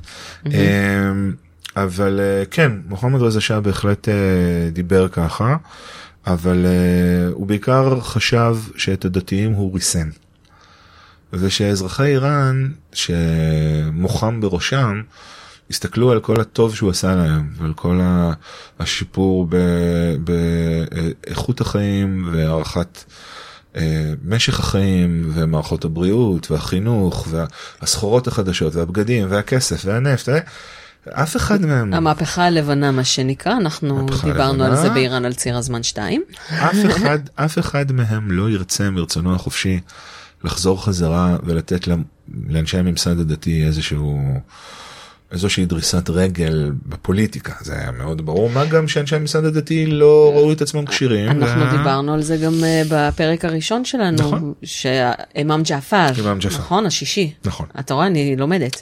אבל כן, מוחמד רזה שעה בהחלט דיבר ככה, אבל הוא בעיקר חשב שאת הדתיים הוא ריסן. ושאזרחי איראן, שמוחם בראשם, הסתכלו על כל הטוב שהוא עשה להם, ועל כל השיפור באיכות החיים, והערכת משך החיים, ומערכות הבריאות, והחינוך, והסחורות החדשות, והבגדים, והכסף, והנפט, אף אחד מהם... המהפכה הלבנה, מה שנקרא, אנחנו דיברנו על זה באיראן על ציר הזמן שתיים. אף אחד, אף אחד מהם לא ירצה מרצונו החופשי לחזור חזרה ולתת לאנשי הממסד הדתי איזשהו, איזושהי דריסת רגל בפוליטיקה. זה היה מאוד ברור, מה גם שאנשי הממסד הדתי לא ראו את עצמם קשירים. אנחנו דיברנו על זה גם בפרק הראשון שלנו, שאימאם ג'עפר, נכון, השישי. נכון. אתה רואה, אני לומדת.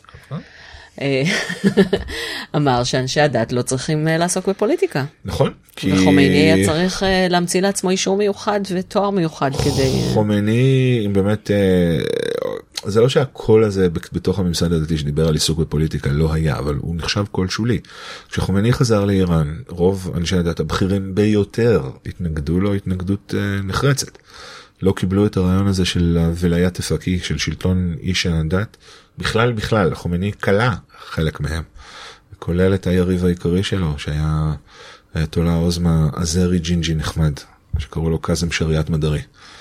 אמר שאנשי הדת לא צריכים לעסוק בפוליטיקה. נכון. וחומייני היה צריך להמציא לעצמו אישור מיוחד ותואר מיוחד כדי... חומייני, אם באמת, זה לא שהקול הזה בתוך הממסד הדתי שדיבר על עיסוק בפוליטיקה לא היה, אבל הוא נחשב קול שולי. כשחומני חזר לאיראן, רוב אנשי הדת הבכירים ביותר התנגדו לו התנגדות אה, נחרצת. לא קיבלו את הרעיון הזה של הווליית הפקי, של שלטון איש הדת. בכלל בכלל, חומני קלה חלק מהם. כולל את היריב העיקרי שלו, שהיה תולה עוזמה עזרי ג'ינג'י נחמד, שקראו לו קזם שריעת מדרי.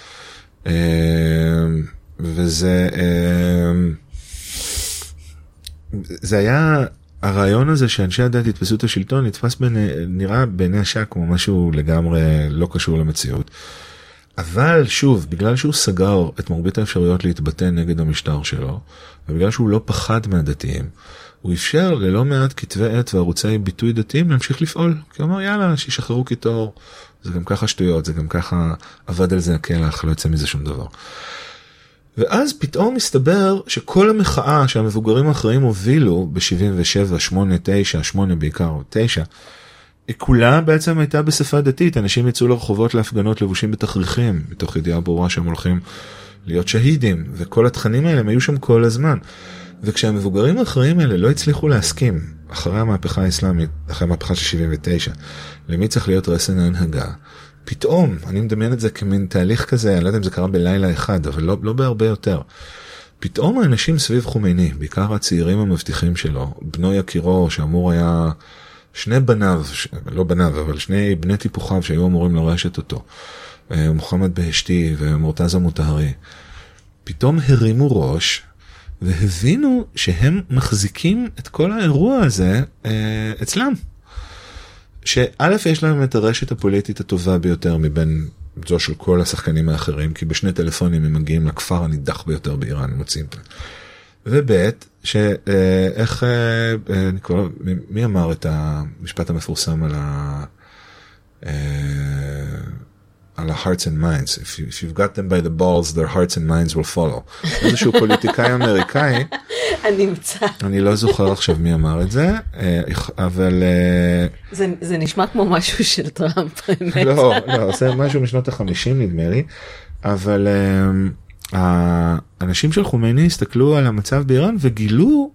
וזה, זה היה הרעיון הזה שאנשי הדת יתפסו את השלטון, נתפס בעיני, נראה בעיני השעה כמו משהו לגמרי לא קשור למציאות. אבל שוב, בגלל שהוא סגר את מרבית האפשרויות להתבטא נגד המשטר שלו, ובגלל שהוא לא פחד מהדתיים, הוא אפשר ללא מעט כתבי עת וערוצי ביטוי דתיים להמשיך לפעול. כי הוא אמר, יאללה, שישחררו קיטור, זה גם ככה שטויות, זה גם ככה עבד על זה הכלח, לא יצא מזה שום דבר. ואז פתאום מסתבר שכל המחאה שהמבוגרים האחרים הובילו ב-שבעים ושבע, שמונה, תשע, שמונה בעיקר, תשע, כולה בעצם הייתה בשפה דתית. אנשים יצאו לרחובות להפגנות לבושים בתכריכים, מתוך ידיעה ברורה שהם הולכים להיות שהידים, וכל התכנים האלה הם היו שם כל הזמן. וכשהמבוגרים האחרים האלה לא הצליחו להסכים, אחרי המהפכה האסלאמית, אחרי המהפכה של שבעים ותשע, למי צריך להיות רסן ההנהגה, פתאום, אני מדמיין את זה כמין תהליך כזה, אני לא יודע אם זה קרה בלילה אחד, אבל לא, לא בהרבה יותר. פתאום האנשים סביב חומייני, בעיקר הצעירים המבטיחים שלו, בנו יקירו שאמור היה, שני בניו, לא בניו, אבל שני בני טיפוחיו שהיו אמורים לרשת אותו, מוחמד בהשתי ומורתזה מוטהרי, פתאום הרימו ראש, והבינו שהם מחזיקים את כל האירוע הזה אה, אצלם. שא' יש להם את הרשת הפוליטית הטובה ביותר מבין זו של כל השחקנים האחרים, כי בשני טלפונים הם מגיעים לכפר הנידח ביותר באיראן, מוצאים. וב' שאיך, אה, אה, כבר, מי אמר את המשפט המפורסם על ה... אה, על ה-hearts and minds. If, you, if you've got them by the balls, their hearts and minds will follow. איזשהו פוליטיקאי אמריקאי. אני אמצא. אני לא זוכר עכשיו מי אמר את זה, אבל... זה, זה נשמע כמו משהו של טראמפ. לא, לא, זה משהו משנות החמישים נדמה לי, אבל האנשים של חומייני הסתכלו על המצב באיראן וגילו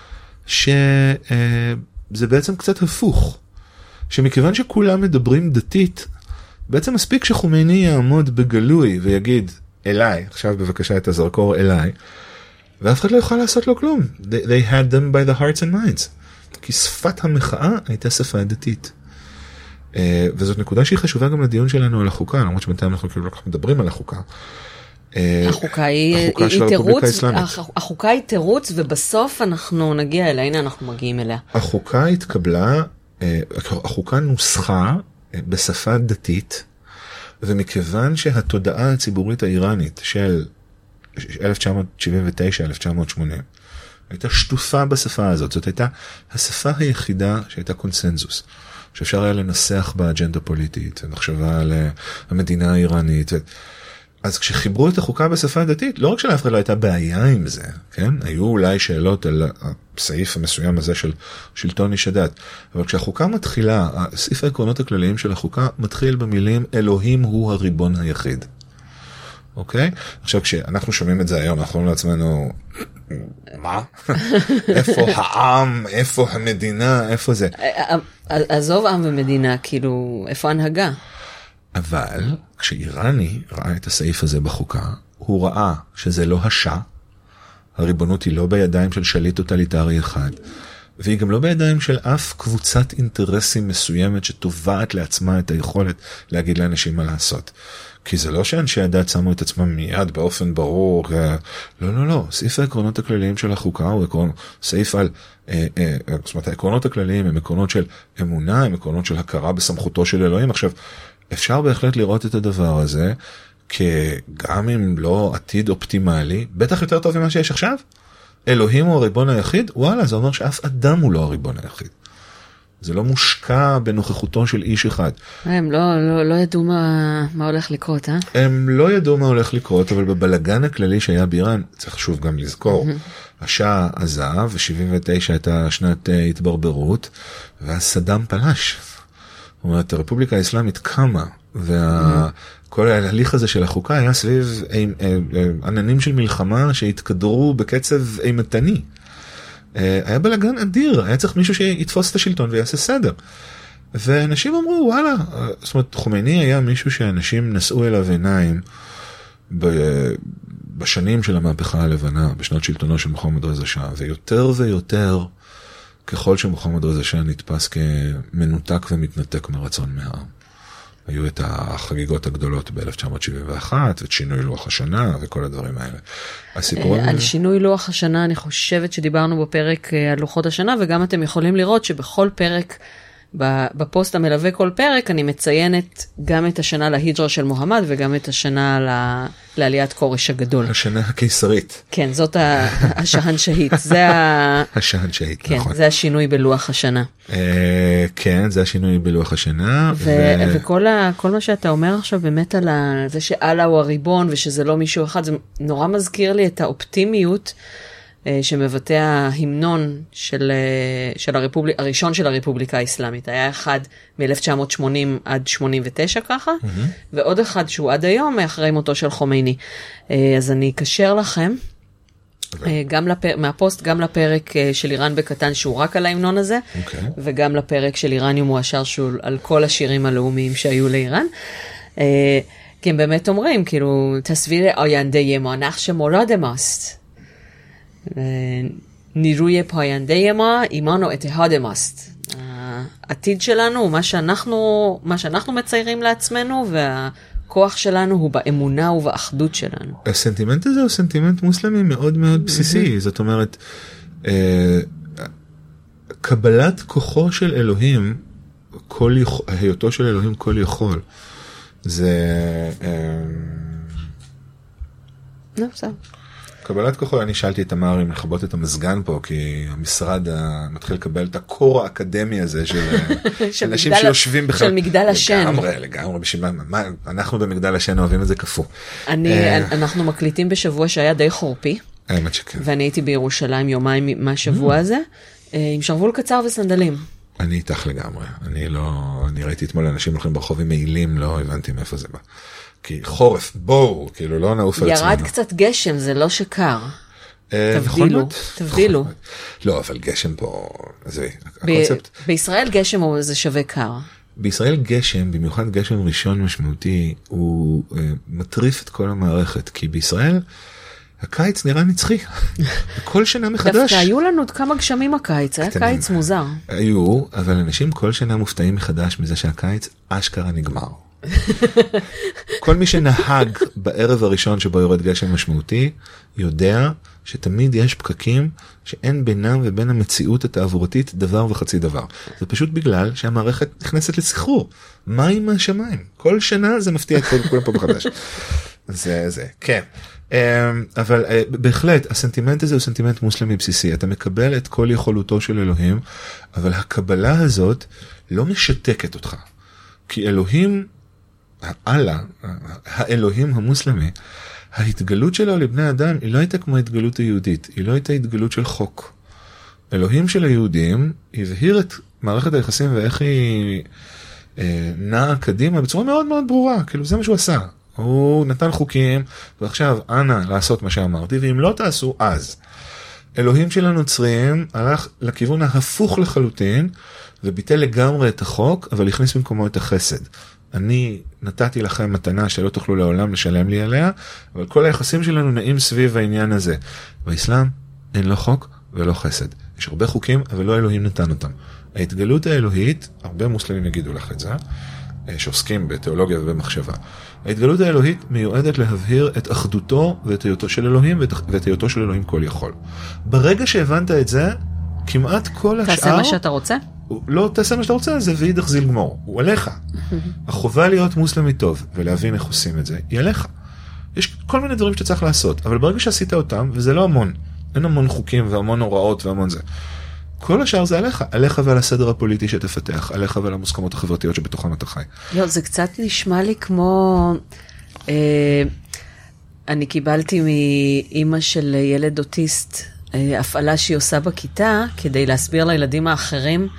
שזה בעצם קצת הפוך. שמכיוון שכולם מדברים דתית, בעצם מספיק שחומייני יעמוד בגלוי ויגיד אליי, עכשיו בבקשה את הזרקור אליי, ואף אחד לא יוכל לעשות לו כלום. They, they had them by the hearts and minds. כי שפת המחאה הייתה שפה דתית. Uh, וזאת נקודה שהיא חשובה גם לדיון שלנו על החוקה, למרות שבינתיים אנחנו כאילו לא כך מדברים על החוקה. Uh, החוקה היא, החוקה היא תירוץ, החוקה היא תירוץ, ובסוף אנחנו נגיע אליה, הנה אנחנו מגיעים אליה. החוקה התקבלה, uh, החוקה נוסחה, בשפה דתית, ומכיוון שהתודעה הציבורית האיראנית של אלף תשע מאות שבעים ותשע עד אלף תשע מאות שמונים הייתה שטופה בשפה הזאת. זאת הייתה השפה היחידה שהייתה קונסנזוס, שאפשר היה לנסח באג'נדה פוליטית, ונחשבה על המדינה האיראנית. אז כשחיברו את החוקה בשפה הדתית, לא רק שלאף אחד לא הייתה בעיה עם זה, כן? היו אולי שאלות על הסעיף המסוים הזה של שלטון איש הדת, אבל כשהחוקה מתחילה, סעיף העקרונות הכלליים של החוקה מתחיל במילים אלוהים הוא הריבון היחיד. אוקיי? עכשיו כשאנחנו שומעים את זה היום, אנחנו אומרים לעצמנו, מה? איפה העם? איפה המדינה? איפה זה? עזוב עם ומדינה, כאילו, איפה ההנהגה? אבל כשאיראני ראה את הסעיף הזה בחוקה, הוא ראה שזה לא השע, הריבונות היא לא בידיים של שליט טוטליטרי אחד, והיא גם לא בידיים של אף קבוצת אינטרסים מסוימת שתובעת לעצמה את היכולת להגיד לאנשים מה לעשות. כי זה לא שאנשי הדת שמו את עצמם מיד באופן ברור, לא, לא, לא. סעיף העקרונות הכלליים של החוקה הוא עקרון, סעיף על, אה, אה, זאת אומרת, העקרונות הכלליים הם עקרונות של אמונה, הם עקרונות של הכרה בסמכותו של אלוהים. עכשיו, אפשר בהחלט לראות את הדבר הזה, כגם אם לא עתיד אופטימלי, בטח יותר טוב ממה שיש עכשיו. אלוהים הוא הריבון היחיד, וואלה, זה אומר שאף אדם הוא לא הריבון היחיד. זה לא מושקע בנוכחותו של איש אחד. הם לא, לא, לא ידעו מה, מה הולך לקרות, אה? הם לא ידעו מה הולך לקרות, אבל בבלגן הכללי שהיה באיראן, צריך שוב גם לזכור, השעה עזב, ו-שבעים ותשע הייתה שנת התברברות, ואז סדאם פלש. זאת אומרת, הרפובליקה האסלאמית קמה, וכל ההליך הזה של החוקה היה סביב עננים של מלחמה שהתקדרו בקצב אימתני. היה בלגן אדיר, היה צריך מישהו שיתפוס את השלטון ויעשה סדר. ואנשים אמרו, וואלה, זאת אומרת, חומייני היה מישהו שאנשים נשאו אליו עיניים בשנים של המהפכה הלבנה, בשנות שלטונו של מוחמד רזה שאה, ויותר ויותר, ככל שמוחמד רזה שאה נתפס כמנותק ומתנתק מרצון מהעם. היו את החגיגות הגדולות ב-אלף תשע מאות שבעים ואחת, ואת שינוי לוח השנה, וכל הדברים האלה. הסיפורים... על שינוי לוח השנה, אני חושבת שדיברנו בפרק על לוחות השנה, וגם אתם יכולים לראות שבכל פרק, בפוסט המלווה כל פרק, אני מציינת גם את השנה להיג'רה של מוחמד, וגם את השנה לעליית כורש הגדול. השנה הקיסרית. כן, זאת השהנשהית. זה השהנשהית, נכון. כן, זה השינוי בלוח השנה. כן, זה השינוי בלוח השנה. וכל מה שאתה אומר עכשיו באמת על זה שאללה הוא הריבון, ושזה לא מישהו אחד, זה נורא מזכיר לי את האופטימיות, שמבטא ההמנון של, של הרפובליק, הראשון של הרפובליקה האסלאמית. היה אחד מ-אלף תשע מאות שמונים עד שמונים ותשע ככה, mm-hmm. ועוד אחד שהוא עד היום אחרי מותו של חומייני. אז אני אקשר לכם, okay. גם לפר, מהפוסט, גם לפרק של איראן בקטן שהוא רק על ההמנון הזה, okay. וגם לפרק של איראניום מואשר שהוא על כל השירים הלאומיים שהיו לאיראן. כי הם באמת אומרים, כאילו, תסביר אוינדה ימונח שמולד מאסט. נירויה פוינדה מה, אימנו אתהד מאסט. העתיד שלנו הוא מה שאנחנו, מה שאנחנו מציירים לעצמנו, והכוח שלנו הוא באמונה ובאחדות שלנו. הסנטימנט הזה הוא סנטימנט מוסלמי מאוד מאוד בסיסי. זאת אומרת, קבלת כוחו של אלוהים, היותו של אלוהים כל יכול, זה... לא, בסדר. קבלת כוחו, אני שאלתי את תמר אם לכבות את המזגן פה, כי המשרד מתחיל לקבל את הקור האקדמי הזה של אנשים שיושבים בכלל. של מגדל השן. לגמרי, לגמרי. אנחנו במגדל השן אוהבים את זה כפו. אנחנו מקליטים בשבוע שהיה די חורפי. האמת שכן. ואני הייתי בירושלים יומיים מהשבוע הזה, עם שרוול קצר וסנדלים. אני איתך לגמרי. אני לא, אני ראיתי אתמול אנשים הולכים ברחוב עם מעילים, לא הבנתי מאיפה זה בא. כי חורף, בואו, כאילו לא נעוף על עצמנו. ירד קצת גשם, זה לא שקר. תבדילו, תבדילו. לא, אבל גשם פה, עזבי, הקונספט... בישראל גשם זה שווה קר. בישראל גשם, במיוחד גשם ראשון משמעותי, הוא מטריף את כל המערכת, כי בישראל הקיץ נראה נצחי. כל שנה מחדש. דווקא היו לנו עוד כמה גשמים הקיץ, היה קיץ מוזר. היו, אבל אנשים כל שנה מופתעים מחדש מזה שהקיץ אשכרה נגמר. כל מי שנהג בערב הראשון שבו יורד גשם משמעותי, יודע שתמיד יש פקקים שאין בינם ובין המציאות התעבורתית דבר וחצי דבר. זה פשוט בגלל שהמערכת נכנסת לסחרור. מים מהשמיים. כל שנה זה מפתיע את כולם פה מחדש. זה, זה, כן. אבל בהחלט, הסנטימנט הזה הוא סנטימנט מוסלמי בסיסי. אתה מקבל את כל יכולותו של אלוהים, אבל הקבלה הזאת לא משתקת אותך. כי אלוהים, האללה, האלוהים המוסלמי, ההתגלות שלו לבני אדם היא לא הייתה כמו ההתגלות היהודית, היא לא הייתה התגלות של חוק. אלוהים של היהודים הבהיר את מערכת היחסים ואיך היא אה, נעה קדימה בצורה מאוד מאוד ברורה, כאילו זה מה שהוא עשה. הוא נתן חוקים, ועכשיו אנא לעשות מה שאמרתי, ואם לא תעשו אז. אלוהים של הנוצרים הלך לכיוון ההפוך לחלוטין, וביטל לגמרי את החוק, אבל הכניס במקומו את החסד. אני נתתי לכם מתנה שלא תוכלו לעולם לשלם לי עליה, אבל כל היחסים שלנו נעים סביב העניין הזה. באסלאם אין לא חוק ולא חסד. יש הרבה חוקים, אבל לא אלוהים נתן אותם. ההתגלות האלוהית, הרבה מוסלמים יגידו לך את זה, שעוסקים בתיאולוגיה ובמחשבה. ההתגלות האלוהית מיועדת להבהיר את אחדותו ואת היותו של אלוהים ואת היותו של אלוהים כל יכול. ברגע שהבנת את זה, כמעט כל השאר... תעשה מה שאתה רוצה? לא תעשה מה שאתה רוצה, זה ואידך זיל גמור. הוא עליך. החובה להיות מוסלמי טוב ולהבין איך עושים את זה, היא עליך. יש כל מיני דברים שאתה צריך לעשות, אבל ברגע שעשית אותם, וזה לא המון, אין המון חוקים והמון הוראות והמון זה. כל השאר זה עליך, עליך ועל הסדר הפוליטי שתפתח, עליך ועל המוסכמות החברתיות שבתוכן אתה חי. לא, זה קצת נשמע לי כמו... אה, אני קיבלתי מאמא של ילד אוטיסט, הפעלה שהיא עושה בכיתה, כדי להסביר לילדים האחרים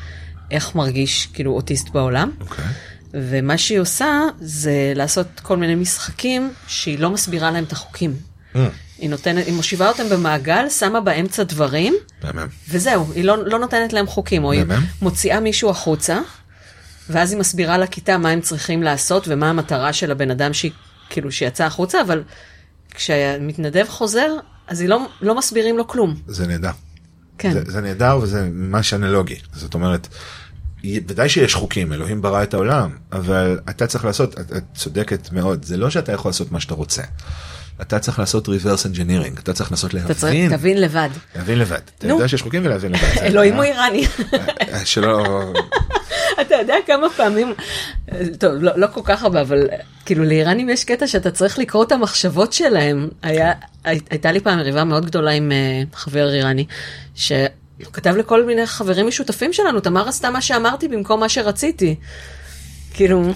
איך מרגיש כאילו אוטיסט בעולם. אוקיי. ומה שהיא עושה זה לעשות כל מיני משחקים שהיא לא מסבירה להם את החוקים. Mm. היא נותנת, היא מושיבה אותם במעגל, שמה באמצע דברים, באמת. וזהו, היא לא, לא נותנת להם חוקים, או היא מוציאה מישהו החוצה, ואז היא מסבירה לכיתה מה הם צריכים לעשות, ומה המטרה של הבן אדם שהיא, כאילו, שיצא החוצה, אבל כשהמתנדב חוזר, אז היא לא, לא מסבירים לו כלום. זה נהדר. כן. זה, זה נהדר וזה ממש אנלוגי. זאת אומרת, ודאי שיש חוקים, אלוהים ברא את העולם, אבל אתה צריך לעשות, את, את צודקת מאוד, זה לא שאתה יכול לעשות מה שאתה רוצה. אתה צריך לעשות reverse engineering, אתה צריך לעשות להבין. אתה צריך להבין לבד. להבין לבד. אתה יודע שיש חוקים ולהבין לבד. אלוהים הוא איראני. שלא... אתה יודע כמה פעמים, טוב, לא כל כך הרבה, אבל כאילו לאיראנים יש קטע שאתה צריך לקרוא את המחשבות שלהם. הייתה לי פעם מריבה מאוד גדולה עם חבר איראני, שהוא כתב לכל מיני חברים משותפים שלנו, תמר עשתה מה שאמרתי במקום מה שרציתי. כאילו...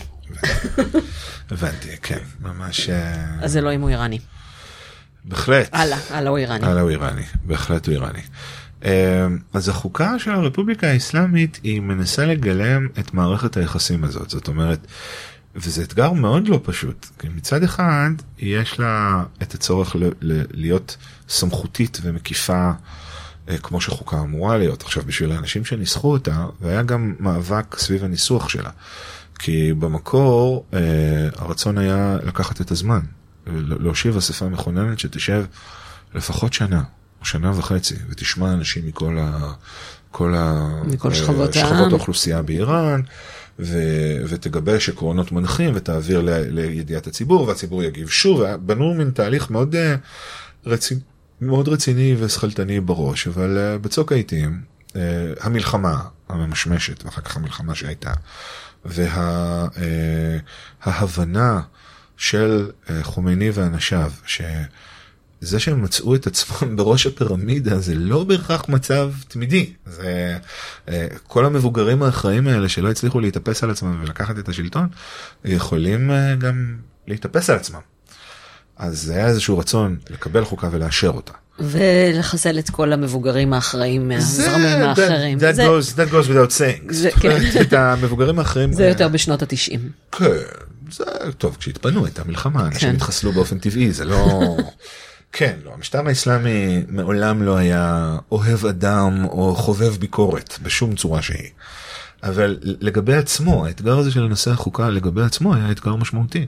הבנתי, כן, ממש... אז אלוהים הוא איראני. בהחלט. הלאה, הלאה הוא איראני. הלאה הוא איראני, בהחלט הוא איראני. אז החוקה של הרפובליקה האסלאמית היא מנסה לגלם את מערכת היחסים הזאת, זאת אומרת, וזה אתגר מאוד לא פשוט, כי מצד אחד יש לה את הצורך ל- ל- להיות סמכותית ומקיפה, כמו שחוקה אמורה להיות. עכשיו, בשביל האנשים שניסחו אותה, והיה גם מאבק סביב הניסוח שלה, כי במקור אה, הרצון היה לקחת את הזמן, להושיב אספה מכוננת שתשב לפחות שנה, או שנה וחצי, ותשמע אנשים מכל ה... כל ה... מכל שכבות שכבות האוכלוסייה באיראן, ו... ותגבש עקרונות מנחים, ותעביר ל... לידיעת הציבור, והציבור יגיב שוב, בנו מן תהליך מאוד, רצ... מאוד רציני וסחלטני בראש, אבל בצוק העיתים, המלחמה הממשמשת, ואחר כך המלחמה שהייתה, וההבנה של חומייני ואנשיו, שזה שהם מצאו את עצמם בראש הפירמידה, זה לא בהכרח מצב תמידי. זה, כל המבוגרים האחראים האלה שלא הצליחו להתאפס על עצמם ולקחת את השלטון, יכולים גם להתאפס על עצמם. אז זה היה איזשהו רצון לקבל חוקה ולאשר אותה. ולחסל את כל המבוגרים האחראים מהזרמים האחרים. That goes, that goes without saying. את המבוגרים האחרים. זה יותר בשנות התשעים. כן, זה טוב, כשהתפנו את המלחמה, אנשים התחסלו באופן טבעי, זה לא... כן, לא, המשטר האסלאמי מעולם לא היה אוהב אדם או חובב ביקורת, בשום צורה שהיא. אבל לגבי עצמו, האתגר הזה של לנסח חוקה לגבי עצמו היה אתגר משמעותי.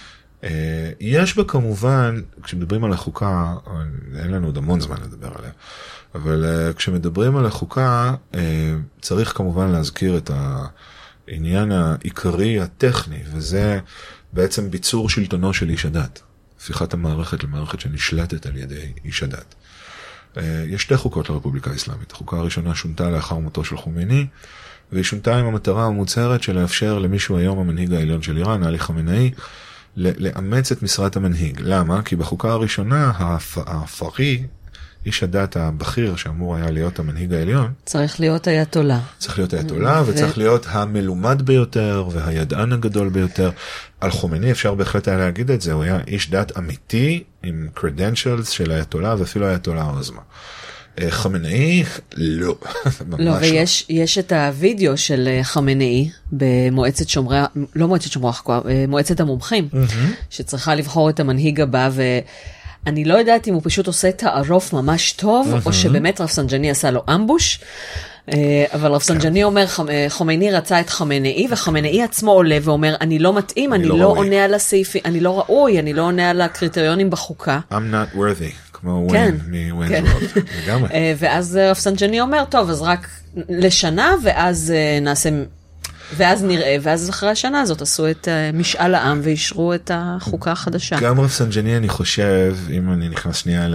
יש בה כמובן, כשמדברים על החוקה, אין לנו עוד המון זמן לדבר עליה, אבל כשמדברים על החוקה, צריך כמובן להזכיר את העניין העיקרי הטכני, וזה בעצם ביצור שלטונו של איש הדת, הפיכת המערכת למערכת שנשלטת על ידי איש הדת. יש שתי חוקות לרפובליקה האסלאמית. החוקה הראשונה שונתה לאחר מותו של חומייני, והיא שונתה עם המטרה המוצהרת של לאפשר למישהו היום המנהיג העליון של איראן, עלי חמינאי, לאמץ את משרת המנהיג. למה? כי בחוקה הראשונה, האפרי, איש הדת הבכיר שאמור היה להיות המנהיג העליון, צריך להיות אייתולה. צריך להיות אייתולה, ו... וצריך להיות המלומד ביותר, והידען הגדול ביותר. על חומייני אפשר בהחלט היה להגיד את זה, הוא היה איש דת אמיתי, עם credentials של אייתולה, ואפילו אייתולה עוזמה. חמינאי, לא. לא, ויש יש את הוידאו של חמינאי במועצת שומרי, לא מועצת שומרי החוקה, מועצת המומחים, שצריכה לבחור את המנהיג הבא, ואני לא יודעת אם הוא פשוט עושה תערוף ממש טוב, או שבאמת רפסנג'אני עשה לו אמבוש, אבל רפסנג'אני אומר, חומייני רצה את חמינאי, וחמינאי עצמו עולה ואומר, אני לא מתאים, אני לא עונה על הסעיפים, אני לא ראוי, אני לא עונה על הקריטריונים בחוקה. I'm not worthy. כמו וויין, מוויין וולד, לגמרי. ואז רפסנג'אני אומר, טוב, אז רק לשנה, ואז נעשה, ואז נראה, ואז אחרי השנה הזאת עשו את משאל העם, ואישרו את החוקה החדשה. גם רפסנג'אני, אני חושב, אם אני נכנס שנייה,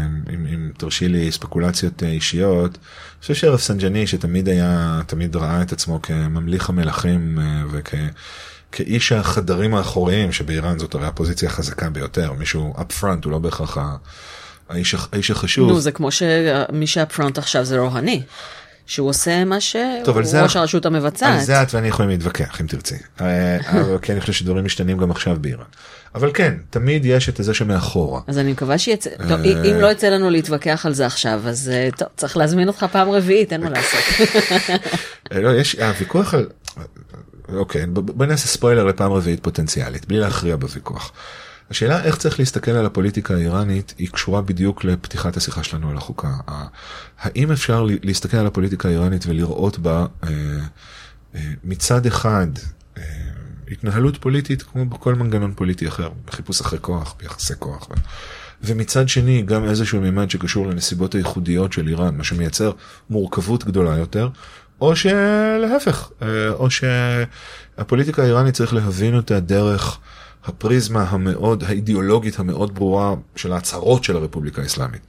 אם תרשי לי ספקולציות אישיות, אני חושב שרפסנג'אני, שתמיד היה, תמיד ראה את עצמו כממליך המלכים, וכ... כאיש החדרים האחוריים, שבאיראן זאת הרי הפוזיציה החזקה ביותר, מישהו up front, הוא לא בהכרח האיש, האיש החשוב. נו, זה כמו שמי שהפרונט עכשיו זה רוהני, שהוא עושה מה שהוא ראש הרשות המבצעת. על זה את ואני יכולים להתווכח, אם תרצי. כי אני חושב שדברים משתנים גם עכשיו באיראן. אבל כן, תמיד יש את זה שמאחורה. אז אני מקווה שיצא, טוב, אם לא יצא לנו להתווכח על זה עכשיו, אז טוב, צריך להזמין אותך פעם רביעית, אין מה לעשות. לא, יש, הוויכוח על, אוקיי, בוא נעשה ספוילר לפעם רביעית פוטנציאלית, בלי להכריע בוויכוח. השאלה איך צריך להסתכל על הפוליטיקה האיראנית היא קשורה בדיוק לפתיחת השיחה שלנו על החוקה. האם אפשר להסתכל על הפוליטיקה האיראנית ולראות בה מצד אחד התנהלות פוליטית כמו בכל מנגנון פוליטי אחר, בחיפוש אחרי כוח, ביחסי כוח, ומצד שני גם איזשהו מימד שקשור לנסיבות הייחודיות של איראן, מה שמייצר מורכבות גדולה יותר, או שלהפך, או שהפוליטיקה האיראנית צריך להבין אותה דרך הפריזמה המאוד, האידיאולוגית המאוד ברורה של ההצהרות של הרפובליקה האסלאמית.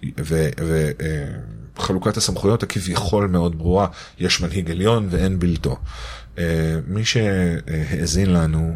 וחלוקת הסמכויות הכביכול מאוד ברורה, יש מנהיג עליון ואין בלתו. מי שהאזין לנו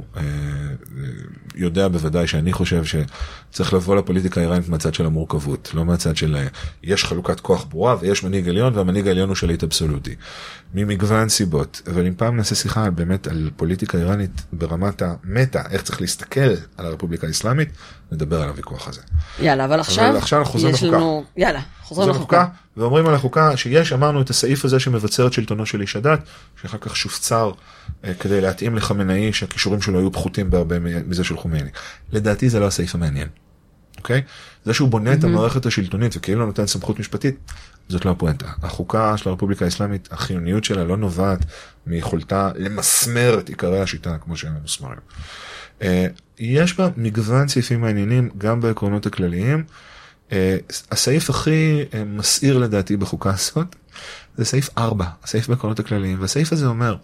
יודע בוודאי שאני חושב שצריך לבוא לפוליטיקה האיראנית מהצד של המורכבות, לא מהצד של יש חלוקת כוח ברורה ויש מנהיג עליון והמנהיג העליון הוא שליט אבסולוטי. ממגוון סיבות, אבל אם פעם נעשה שיחה באמת על פוליטיקה איראנית ברמת המטה, איך צריך להסתכל על הרפובליקה האסלאמית, נדבר על הוויכוח הזה. יאללה, אבל עכשיו, אבל עכשיו חוזרים יש לחוקה. לנו, יאללה, חוזרים לחוקה. ואומרים על החוקה שיש, אמרנו את הסעיף הזה שמבצר את שלטונו של איש הדת, שאחר כך שופצר אה, כדי להתאים לחמנאי שהכישורים שלו היו פחותים בהרבה מזה של חומייני. לדעתי זה לא הסעיף המעניין. אוקיי? זה שהוא בונה את המערכת השלטונית וכאילו נותן סמכות משפטית, זאת לא הפואנטה. החוקה של הרפובליקה האסלאמית, החיוניות שלה לא נובעת מיכולתה למסמר את עיקרי השיטה כמו שהם מוסמרים. אה, יש בה מגוון סעיפים מעניינים גם בעקרונות הכלליים. הסעיף הכי מסעיר לדעתי בחוקה הזאת, זה סעיף ארבע, הסעיף בעקרונות הכלליים, והסעיף הזה אומר,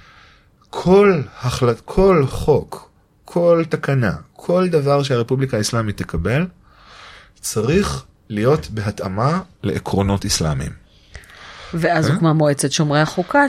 כל החלט, כל חוק, כל תקנה, כל דבר שהרפובליקה האסלאמית תקבל, צריך להיות בהתאמה לעקרונות אסלאמיים. ואז הוקמה מועצת שומרי החוקה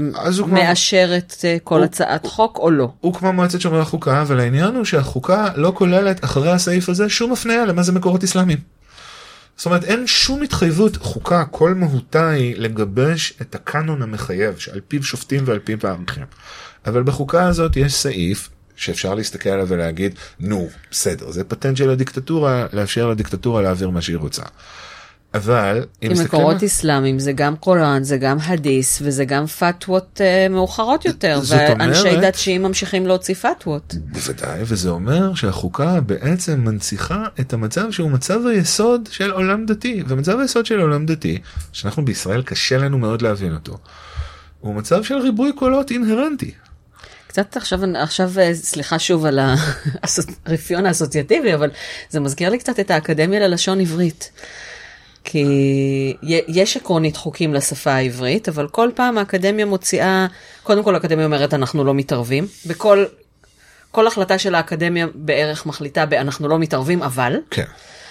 שמאשרת כל הצעת חוק או לא. הוקמה מועצת שומרי החוקה, אבל העניין הוא שהחוקה לא כוללת אחרי הסעיף הזה שום הפניה למה זה מקורות אסלאמיים. זאת אומרת, אין שום התחייבות חוקה, כל מהותה היא לגבש את הקאנון המחייב, שעל פיו שופטים ועל פיו פעמכים. אבל בחוקה הזאת יש סעיף שאפשר להסתכל עליו ולהגיד, נו, בסדר, זה פטנט של הדיקטטורה, לאפשר לדיקטטורה להעביר מה שהיא רוצה. אבל, עם מקורות אסלאמיים, זה גם קוראן, זה גם הדיס, וזה גם פתוות uh, מאוחרות יותר, ואנשי דת שיעים ממשיכים להוציא פתוות. בוודאי, וזה אומר שהחוקה בעצם מנציחה את המצב שהוא מצב היסוד של עולם דתי, ומצב היסוד של עולם דתי, שאנחנו בישראל קשה לנו מאוד להבין אותו, הוא מצב של ריבוי קולות אינהרנטי. קצת עכשיו, עכשיו סליחה שוב על הרפיון האסוציאטיבי, אבל זה מזכיר לי קצת את האקדמיה ללשון עברית. כי יש עקרונית חוקים לשפה העברית, אבל כל פעם האקדמיה מוציאה, קודם כל האקדמיה אומרת אנחנו לא מתערבים, בכל כל החלטה של האקדמיה בערך מחליטה אנחנו לא מתערבים, אבל, כן.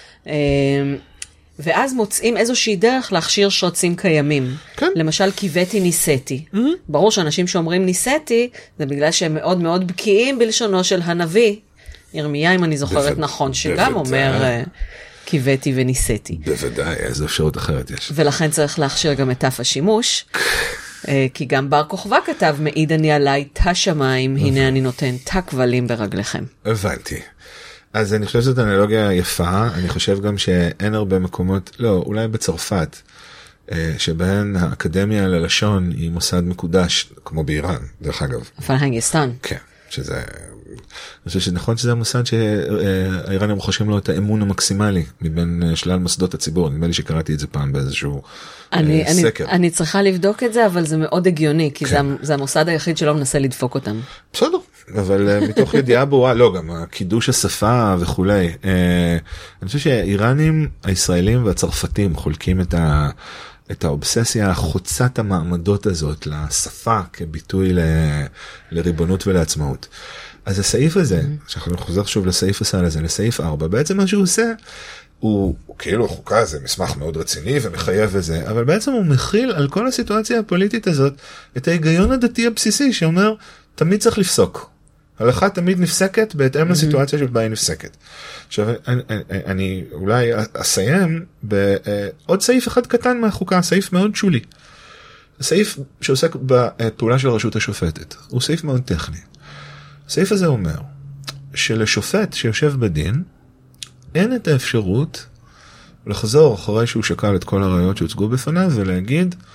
ואז מוצאים איזושהי דרך להכשיר שרצים קיימים. כן. למשל, קיוויתי ניסיתי. Mm-hmm. ברור שאנשים שאומרים ניסיתי, זה בגלל שהם מאוד מאוד בקיאים בלשונו של הנביא, ירמיה, אם אני זוכרת בו... נכון, שגם בוודאי. אומר... קיוויתי וניסיתי. בוודאי, איזו אפשרות אחרת יש. ולכן צריך להכשיר גם את תף השימוש, כי גם בר כוכבא כתב, מעיד אני עליי תא שמיים, הנה אני נותן תא כבלים ברגליכם. הבנתי. אז אני חושב שזאת אנלוגיה יפה, אני חושב גם שאין הרבה מקומות, לא, אולי בצרפת, שבהן האקדמיה ללשון היא מוסד מקודש, כמו באיראן, דרך אגב. פלהנגיסטן. כן, שזה... אני חושב שנכון שזה המוסד שהאיראנים רוכשים לו את האמון המקסימלי מבין שלל מוסדות הציבור. נדמה לי שקראתי את זה פעם באיזשהו אני, סקר. אני, אני צריכה לבדוק את זה, אבל זה מאוד הגיוני, כי כן. זה, זה המוסד היחיד שלא מנסה לדפוק אותם. בסדר, אבל מתוך ידיעה ברורה, לא, גם קידוש השפה וכולי. אני חושב שהאיראנים, הישראלים והצרפתים חולקים את ה... את האובססיה החוצת המעמדות הזאת לשפה כביטוי ל... לריבונות ולעצמאות. אז הסעיף הזה, שאנחנו חוזר שוב לסעיף הסל הזה, לסעיף ארבע, בעצם מה שהוא עושה, הוא, הוא כאילו חוקה, זה מסמך מאוד רציני ומחייב וזה, אבל בעצם הוא מכיל על כל הסיטואציה הפוליטית הזאת, את ההיגיון הדתי הבסיסי, שאומר, תמיד צריך לפסוק. הלכה תמיד נפסקת בהתאם לסיטואציה שבה היא נפסקת. עכשיו, אני, אני אולי אסיים בעוד סעיף אחד קטן מהחוקה, סעיף מאוד שולי. הסעיף שעוסק בפעולה של הרשות השופטת. הוא סעיף מאוד טכני. הסעיף הזה אומר שלשופט שיושב בדין, אין את האפשרות לחזור אחרי שהוא שקל את כל הראיות שהוצגו בפניו ולהגיד,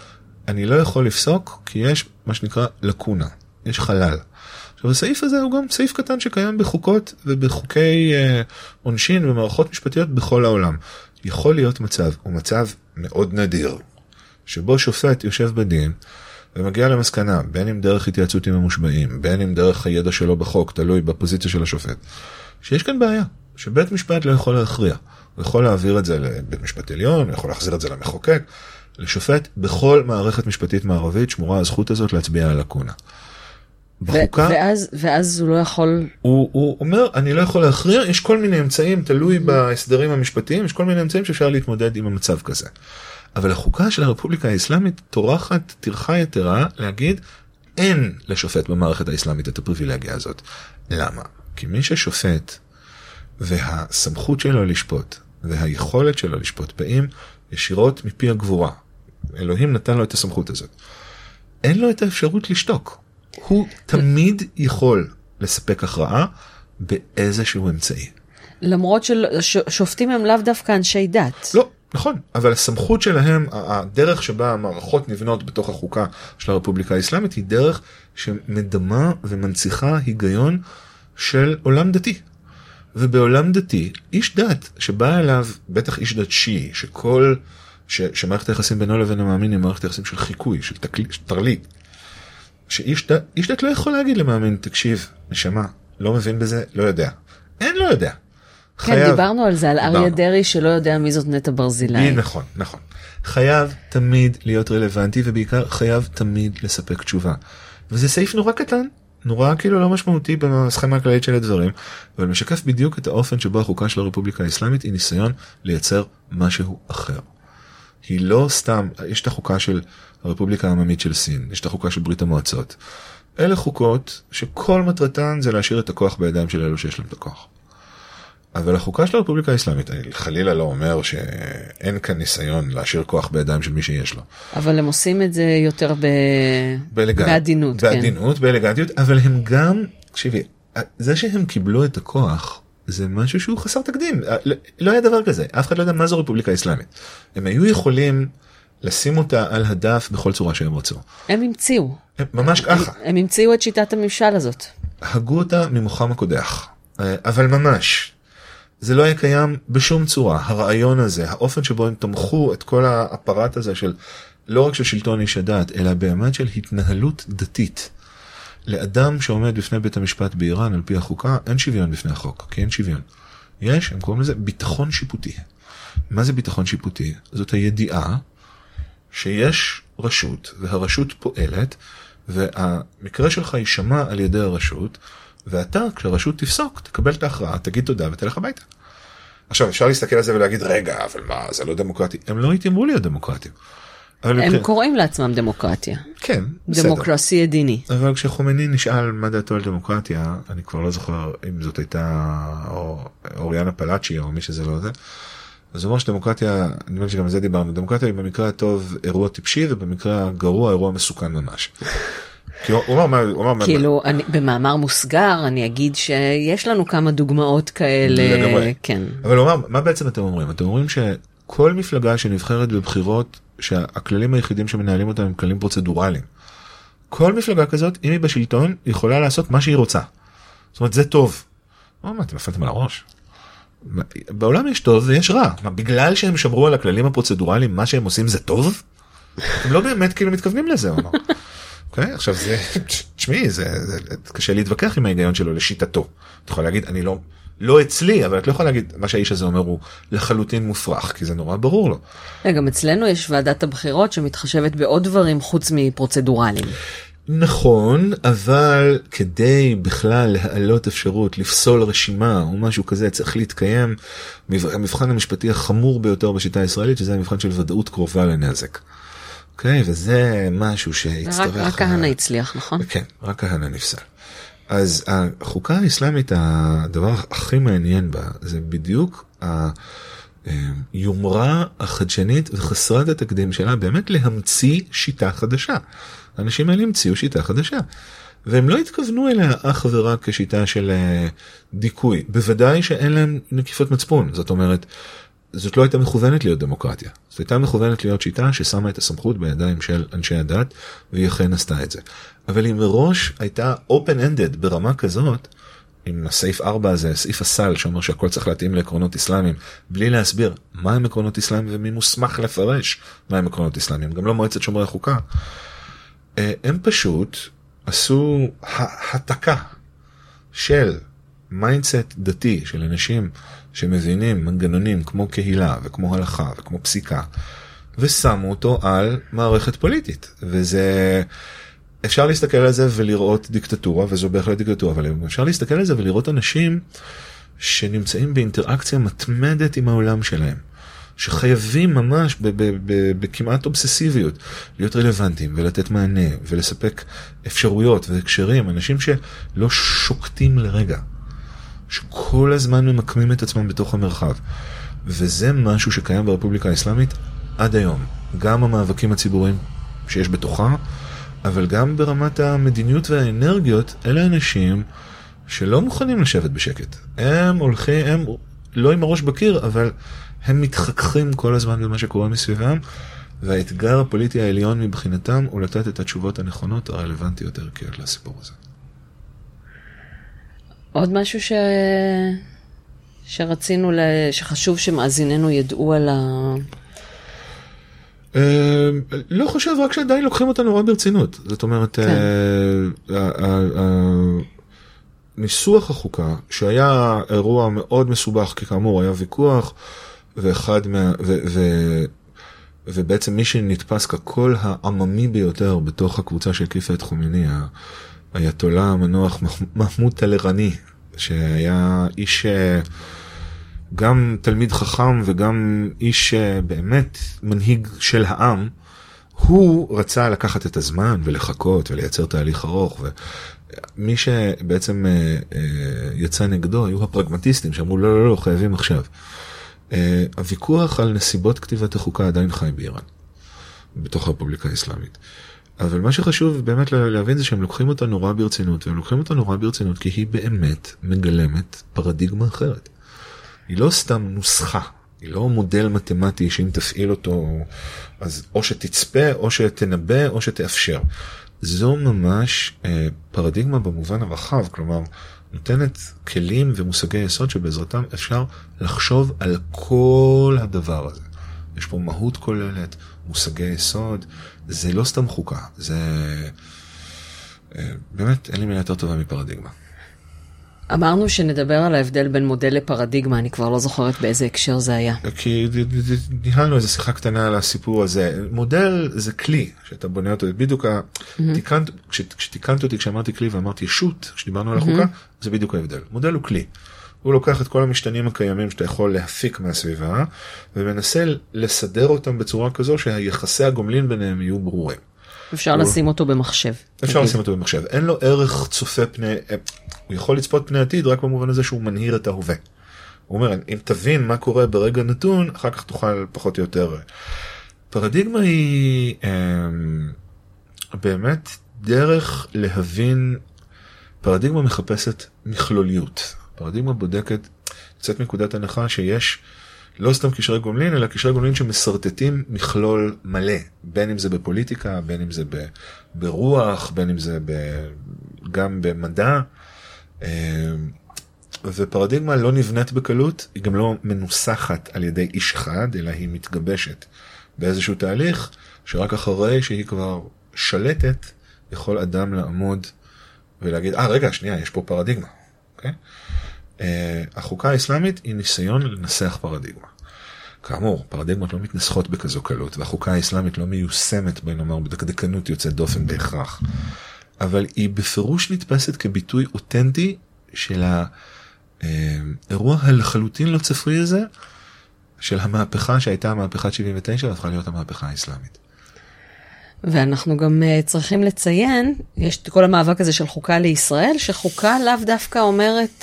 אני לא יכול לפסוק כי יש מה שנקרא לקונה, יש חלל. עכשיו הסעיף הזה הוא גם סעיף קטן שקיים בחוקות ובחוקי אה, עונשין ומערכות משפטיות בכל העולם. יכול להיות מצב, הוא מצב מאוד נדיר, שבו שופט יושב בדין ומגיע למסקנה, בין אם דרך התייעצות עם המושבעים, בין אם דרך הידע שלו בחוק, תלוי בפוזיציה של השופט, שיש כאן בעיה, שבית משפט לא יכול להכריע. הוא יכול להעביר את זה לבית משפט עליון, הוא יכול להחזיר את זה למחוקק, לשופט. בכל מערכת משפטית מערבית שמורה הזכות הזאת להצביע על לקונה. בחוקה, ואז, ואז הוא לא יכול... הוא, הוא אומר, אני לא יכול להכריע, יש כל מיני אמצעים, תלוי בהסדרים המשפטיים, יש כל מיני אמצעים שאפשר להתמודד עם המצב כזה. אבל החוקה של הרפובליקה האסלאמית תורחת טרחה יתרה להגיד, אין לשופט במערכת האסלאמית את הפריבילגיה הזאת. למה? כי מי ששופט והסמכות שלו לשפוט והיכולת שלו לשפוט באים ישירות מפי הגבורה. אלוהים נתן לו את הסמכות הזאת. אין לו את האפשרות לשתוק. הוא תמיד יכול לספק הכרעה באיזשהו אמצעי. למרות ששופטים הם לאו דווקא אנשי דת. לא, נכון. אבל הסמכות שלהם, הדרך שבה המערכות נבנות בתוך החוקה של הרפובליקה האסלאמית, היא דרך שמדמה ומנציחה היגיון של עולם דתי. ובעולם דתי, איש דת שבא אליו, בטח איש דת שיעי, שכל, ש, שמערכת היחסים בינו לבין המאמין היא מערכת היחסים של חיקוי, של תרלית, שאיש דת, איש דת לא יכול להגיד למאמין, תקשיב, נשמה, לא מבין בזה, לא יודע. אין לא יודע. כן, חייב, דיברנו על זה, על אריה דרעי שלא יודע מי זאת נטע ברזילי. נכון, נכון. חייב תמיד להיות רלוונטי, ובעיקר חייב תמיד לספק תשובה. וזה סעיף נורא קטן, נורא כאילו לא משמעותי בסכמה הכללית של הדברים, אבל משקף בדיוק את האופן שבו החוקה של הרפובליקה האסלאמית היא ניסיון לייצר משהו אחר. היא לא סתם, יש את החוקה של הרפובליקה העממית של סין, יש את החוקה של ברית המועצות. אלה חוקות שכל מטרתן זה להשאיר את הכוח בידיים של אלו שיש להם את הכוח. אבל החוקה של הרפובליקה האסלאמית, אני חלילה לא אומר שאין כאן ניסיון להשאיר כוח בידיים של מי שיש לו. אבל הם עושים את זה יותר ב... באלגנט, בעדינות. בעדינות, כן. באלגנטיות, אבל הם גם, תקשיבי, זה שהם קיבלו את הכוח, זה משהו שהוא חסר תקדים. לא היה דבר כזה, אף אחד לא יודע מה זו רפובליקה האסלאמית. הם היו יכולים לשים אותה על הדף בכל צורה שהם רצו. הם המציאו. הם, ממש ככה. הם, הם המציאו את שיטת הממשל הזאת. הגו אותה ממוחם הקודח. אבל ממש... זה לא היה קיים בשום צורה, הרעיון הזה, האופן שבו הם תמכו את כל האפרט הזה של, לא רק של שלטון איש הדת, אלא באמת של התנהלות דתית. לאדם שעומד בפני בית המשפט באיראן, על פי החוקה, אין שוויון בפני החוק, כי אין שוויון. יש, הם קוראים לזה ביטחון שיפוטי. מה זה ביטחון שיפוטי? זאת הידיעה שיש רשות, והרשות פועלת, והמקרה שלך יישמע על ידי הרשות, ואתה, כשהרשות תפסוק, תקבל את ההכרעה, תגיד תודה ותלך הביתה. עכשיו, אפשר להסתכל על זה ולהגיד, רגע, אבל מה, זה לא דמוקרטי. הם לא התיימרו להיות דמוקרטיים. הם מבחין... קוראים לעצמם דמוקרטיה. כן, בסדר. דמוקרסי ידיני. אבל כשחומני נשאל מה דעתו על דמוקרטיה, אני כבר לא זוכר אם זאת הייתה או... אוריאנה פלאצ'י או מי שזה לא זה, אז הוא אומר שדמוקרטיה, אני אומר שגם על זה דיברנו, דמוקרטיה היא במקרה הטוב אירוע טיפשי, ובמקרה הגרוע אירוע מסוכן ממש. כאילו, במאמר מוסגר, אני אגיד שיש לנו כמה דוגמאות כאלה. כן. אבל הוא אומר, מה בעצם אתם אומרים? אתם אומרים שכל מפלגה שנבחרת בבחירות, שהכללים היחידים שמנהלים אותם הם כללים פרוצדורליים. כל מפלגה כזאת, אם היא בשלטון, יכולה לעשות מה שהיא רוצה. זאת אומרת, זה טוב. מה, אתם נפלתם על הראש? בעולם יש טוב ויש רע. בגלל שהם שמרו על הכללים הפרוצדורליים, מה שהם עושים זה טוב? הם לא באמת כאילו מתכוונים לזה, הוא אומר. אוקיי, עכשיו זה, תשמעי, זה, זה, קשה להתווכח עם ההיגיון שלו לשיטתו. אתה יכול להגיד, אני לא, לא אצלי, אבל את לא יכולה להגיד, מה שהאיש הזה אומר הוא לחלוטין מופרך, כי זה נורא ברור לו. גם אצלנו יש ועדת הבחירות שמתחשבת בעוד דברים חוץ מפרוצדורליים. נכון, אבל כדי בכלל להעלות אפשרות לפסול רשימה או משהו כזה, צריך להתקיים המבחן המשפטי החמור ביותר בשיטה הישראלית, שזה המבחן של ודאות קרובה לנזק. אוקיי, וזה משהו שהצטרך... רק כהנא הצליח, נכון? כן, רק כהנא נפסל. אז החוקה האסלאמית, הדבר הכי מעניין בה, זה בדיוק היומרה החדשנית וחסרת התקדים שלה, באמת להמציא שיטה חדשה. האנשים האלה המציאו שיטה חדשה. והם לא התכוונו אליה אך ורק כשיטה של דיכוי. בוודאי שאין להם נקיפות מצפון. זאת אומרת, זאת לא הייתה מכוונת להיות דמוקרטיה. זאת הייתה מכוונת להיות שיטה ששמה את הסמכות בידיים של אנשי הדת, והיא אכן עשתה את זה. אבל היא מראש הייתה open-ended ברמה כזאת, עם הסעיף ארבע הזה, סעיף הסל, שאומר שהכל צריך להתאים לעקרונות אסלאמיים, בלי להסביר מה הם עקרונות אסלאמיים ומי מוסמך לפרש מה הם עקרונות אסלאמיים, גם לא מועצת שומרי החוקה. הם פשוט עשו העתקה של מיינדסט דתי של אנשים שמבינים מנגנונים כמו קהילה וכמו הלכה וכמו פסיקה, ושמו אותו על מערכת פוליטית. וזה, אפשר להסתכל על זה ולראות דיקטטורה, וזו בהחלט דיקטטורה, אבל אפשר להסתכל על זה ולראות אנשים שנמצאים באינטראקציה מתמדת עם העולם שלהם, שחייבים ממש בכמעט אובססיביות להיות רלוונטיים ולתת מענה ולספק אפשרויות והקשרים, אנשים שלא שוקטים לרגע, שכל הזמן ממקמים את עצמם בתוך המרחב. וזה משהו שקיים ברפובליקה האסלאמית עד היום. גם המאבקים הציבוריים שיש בתוכה, אבל גם ברמת המדיניות והאנרגיות, אלה אנשים שלא מוכנים לשבת בשקט. הם הולכים, הם לא עם הראש בקיר, אבל הם מתחככים כל הזמן במה שקורה מסביבם, והאתגר הפוליטי העליון מבחינתם הוא לתת את התשובות הנכונות, הרלוונטיות ערכיות לסיפור הזה. עוד משהו ש... שרצינו, ל... שחשוב שמאזיננו ידעו על ה... לא חושב, רק שעדיין לוקחים אותנו נורא ברצינות. זאת אומרת, ניסוח החוקה, שהיה אירוע מאוד מסובך, כי כאמור היה ויכוח, ואחד מה... ובעצם מי שנתפס ככל העממי ביותר בתוך הקבוצה של כיפת חומייני, האייתולה המנוח מחמוד טלרני, שהיה איש גם תלמיד חכם וגם איש באמת מנהיג של העם, הוא רצה לקחת את הזמן ולחכות ולייצר תהליך ארוך, ומי שבעצם יצא נגדו היו הפרגמטיסטים שאמרו לא לא לא חייבים עכשיו. הוויכוח על נסיבות כתיבת החוקה עדיין חי באיראן, בתוך הרפובליקה האסלאמית. אבל מה שחשוב באמת להבין זה שהם לוקחים אותה נורא ברצינות, והם לוקחים אותה נורא ברצינות כי היא באמת מגלמת פרדיגמה אחרת. היא לא סתם נוסחה, היא לא מודל מתמטי שאם תפעיל אותו, אז או שתצפה, או שתנבא, או שתאפשר. זו ממש אה, פרדיגמה במובן הרחב, כלומר, נותנת כלים ומושגי יסוד שבעזרתם אפשר לחשוב על כל הדבר הזה. יש פה מהות כוללת, מושגי יסוד, זה לא סתם חוקה, זה באמת אין לי מילה יותר טובה מפרדיגמה. אמרנו שנדבר על ההבדל בין מודל לפרדיגמה, אני כבר לא זוכרת באיזה הקשר זה היה. כי ניהלנו איזו שיחה קטנה על הסיפור הזה. מודל זה כלי, שאתה בונה אותו, בדיוק, כשתיקנת אותי כשאמרתי כלי ואמרתי ישות, כשדיברנו על החוקה, זה בדיוק ההבדל. מודל הוא כלי. הוא לוקח את כל המשתנים הקיימים שאתה יכול להפיק מהסביבה, ומנסה לסדר אותם בצורה כזו שהיחסי הגומלין ביניהם יהיו ברורים. אפשר לשים אותו במחשב. אפשר לשים אותו במחשב. אין לו ערך צופה פני, הוא יכול לצפות פני עתיד רק במובן הזה שהוא מנהיר את ההווה. הוא אומר, אם תבין מה קורה ברגע נתון, אחר כך תוכל פחות או יותר. פרדיגמה היא באמת דרך להבין, פרדיגמה מחפשת מכלוליות. פרדיגמה בודקת, יוצאת מנקודת הנחה שיש לא סתם קשרי גומלין, אלא קשרי גומלין שמסרטטים מכלול מלא, בין אם זה בפוליטיקה, בין אם זה ברוח, בין אם זה גם במדע. ופרדיגמה לא נבנית בקלות, היא גם לא מנוסחת על ידי איש אחד, אלא היא מתגבשת באיזשהו תהליך, שרק אחרי שהיא כבר שלטת, יכול אדם לעמוד ולהגיד, אה, רגע, שנייה, יש פה פרדיגמה. אוקיי? Uh, החוקה האסלאמית היא ניסיון לנסח פרדיגמה. כאמור, פרדיגמות לא מתנסחות בכזו קלות, והחוקה האסלאמית לא מיושמת, בין לומר, בדקדקנות יוצאת דופן בהכרח. אבל היא בפירוש נתפסת כביטוי אותנטי של האירוע הלחלוטין לא צפוי הזה, של המהפכה שהייתה המהפכת שבעים ותשע, והפכה להיות המהפכה האסלאמית. ואנחנו גם uh, צריכים לציין, יש כל המאבק הזה של חוקה לישראל, שחוקה לאו דווקא אומרת uh,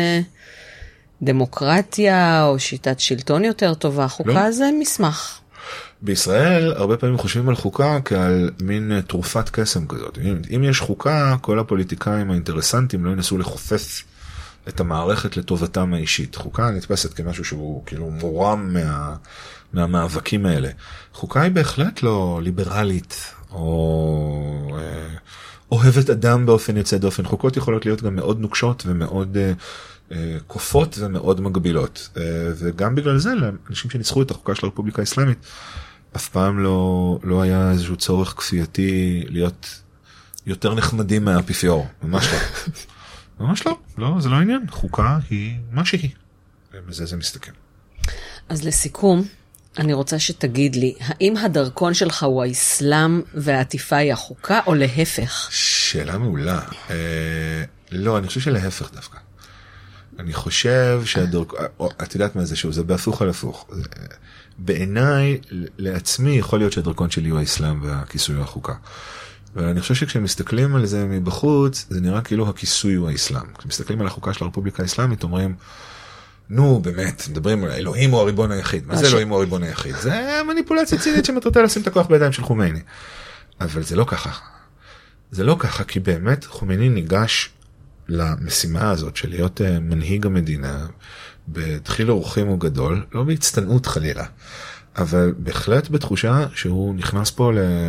דמוקרטיה או שיטת שלטון יותר טובה, חוקה לא. זה מסמך. בישראל הרבה פעמים חושבים על חוקה כעל מין תרופת קסם כזאת. אם, אם יש חוקה, כל הפוליטיקאים האינטרסנטים לא ינסו לחופף את המערכת לטובתם האישית. חוקה נתפסת כמשהו שהוא כאילו מורם מה, מהמאבקים האלה. חוקה היא בהחלט לא ליברלית, או אה, אוהבת אדם באופן יוצא דופן. חוקות יכולות להיות גם מאוד נוקשות ומאוד אה, אה, קופות ומאוד מגבילות. אה, וגם בגלל זה, לאנשים שניסחו את החוקה של הרפובליקה האסלאמית, אף פעם לא, לא היה איזשהו צורך כפייתי להיות יותר נחמדים מהאפיפיור. ממש לא. ממש לא. לא, זה לא עניין. חוקה היא מה שהיא. ובזה זה מסתכם. אז לסיכום, אני רוצה שתגיד לי, האם הדרכון שלך הוא האסלאם והעטיפה היא החוקה, או להפך? שאלה מעולה. אה, לא, אני חושב שלהפך דווקא. אני חושב שהדרכון, את יודעת מה זה שוב, זה בהפוך על הפוך. בעיניי, לעצמי, יכול להיות שהדרכון שלי הוא האסלאם והכיסוי הוא החוקה. ואני חושב שכשמסתכלים על זה מבחוץ, זה נראה כאילו הכיסוי הוא האסלאם. כשמסתכלים על החוקה של הרפובליקה האסלאמית, אומרים, נו, באמת, מדברים על אלוהים הוא הריבון היחיד. מה זה אלוהים הוא הריבון היחיד? זה מניפולציה צינית שמטרתה לשים את הכוח בידיים של חומייני. אבל זה לא ככה. זה לא ככה, כי באמת חומייני ניגש למשימה הזאת של להיות מנהיג המדינה, בתחיל אורחים הוא גדול, לא בהצטנעות חלילה, אבל בהחלט בתחושה שהוא נכנס פה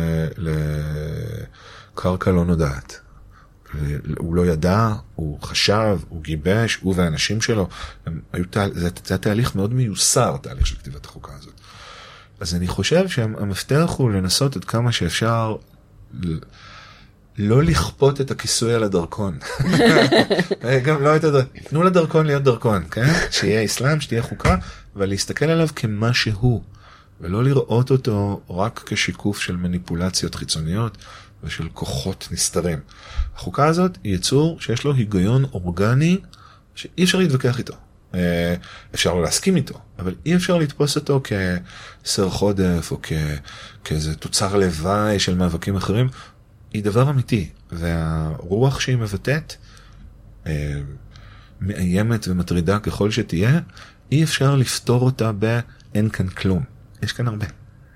לקרקע לא נודעת. הוא לא ידע, הוא חשב, הוא גיבש, הוא והאנשים שלו, היו, זה, זה היה תהליך מאוד מיוסר, תהליך של כתיבת החוקה הזאת. אז אני חושב שהמפתח הוא לנסות עד כמה שאפשר לא לכפות את הכיסוי על הדרכון. גם לא את הדרכון. תנו לדרכון להיות דרכון, כן? שיהיה אסלאם, שתהיה חוקה, אבל להסתכל עליו כמה שהוא, ולא לראות אותו רק כשיקוף של מניפולציות חיצוניות, ושל כוחות נסתרים. החוקה הזאת היא יצור שיש לו היגיון אורגני שאי אפשר להתווכח איתו. אפשר לא להסכים איתו, אבל אי אפשר לתפוס אותו כסר חודף או כאיזה תוצר לוואי של מאבקים אחרים. היא דבר אמיתי, והרוח שהיא מבטאת מאיימת ומטרידה ככל שתהיה, אי אפשר לפתור אותה באין כאן כלום. יש כאן הרבה.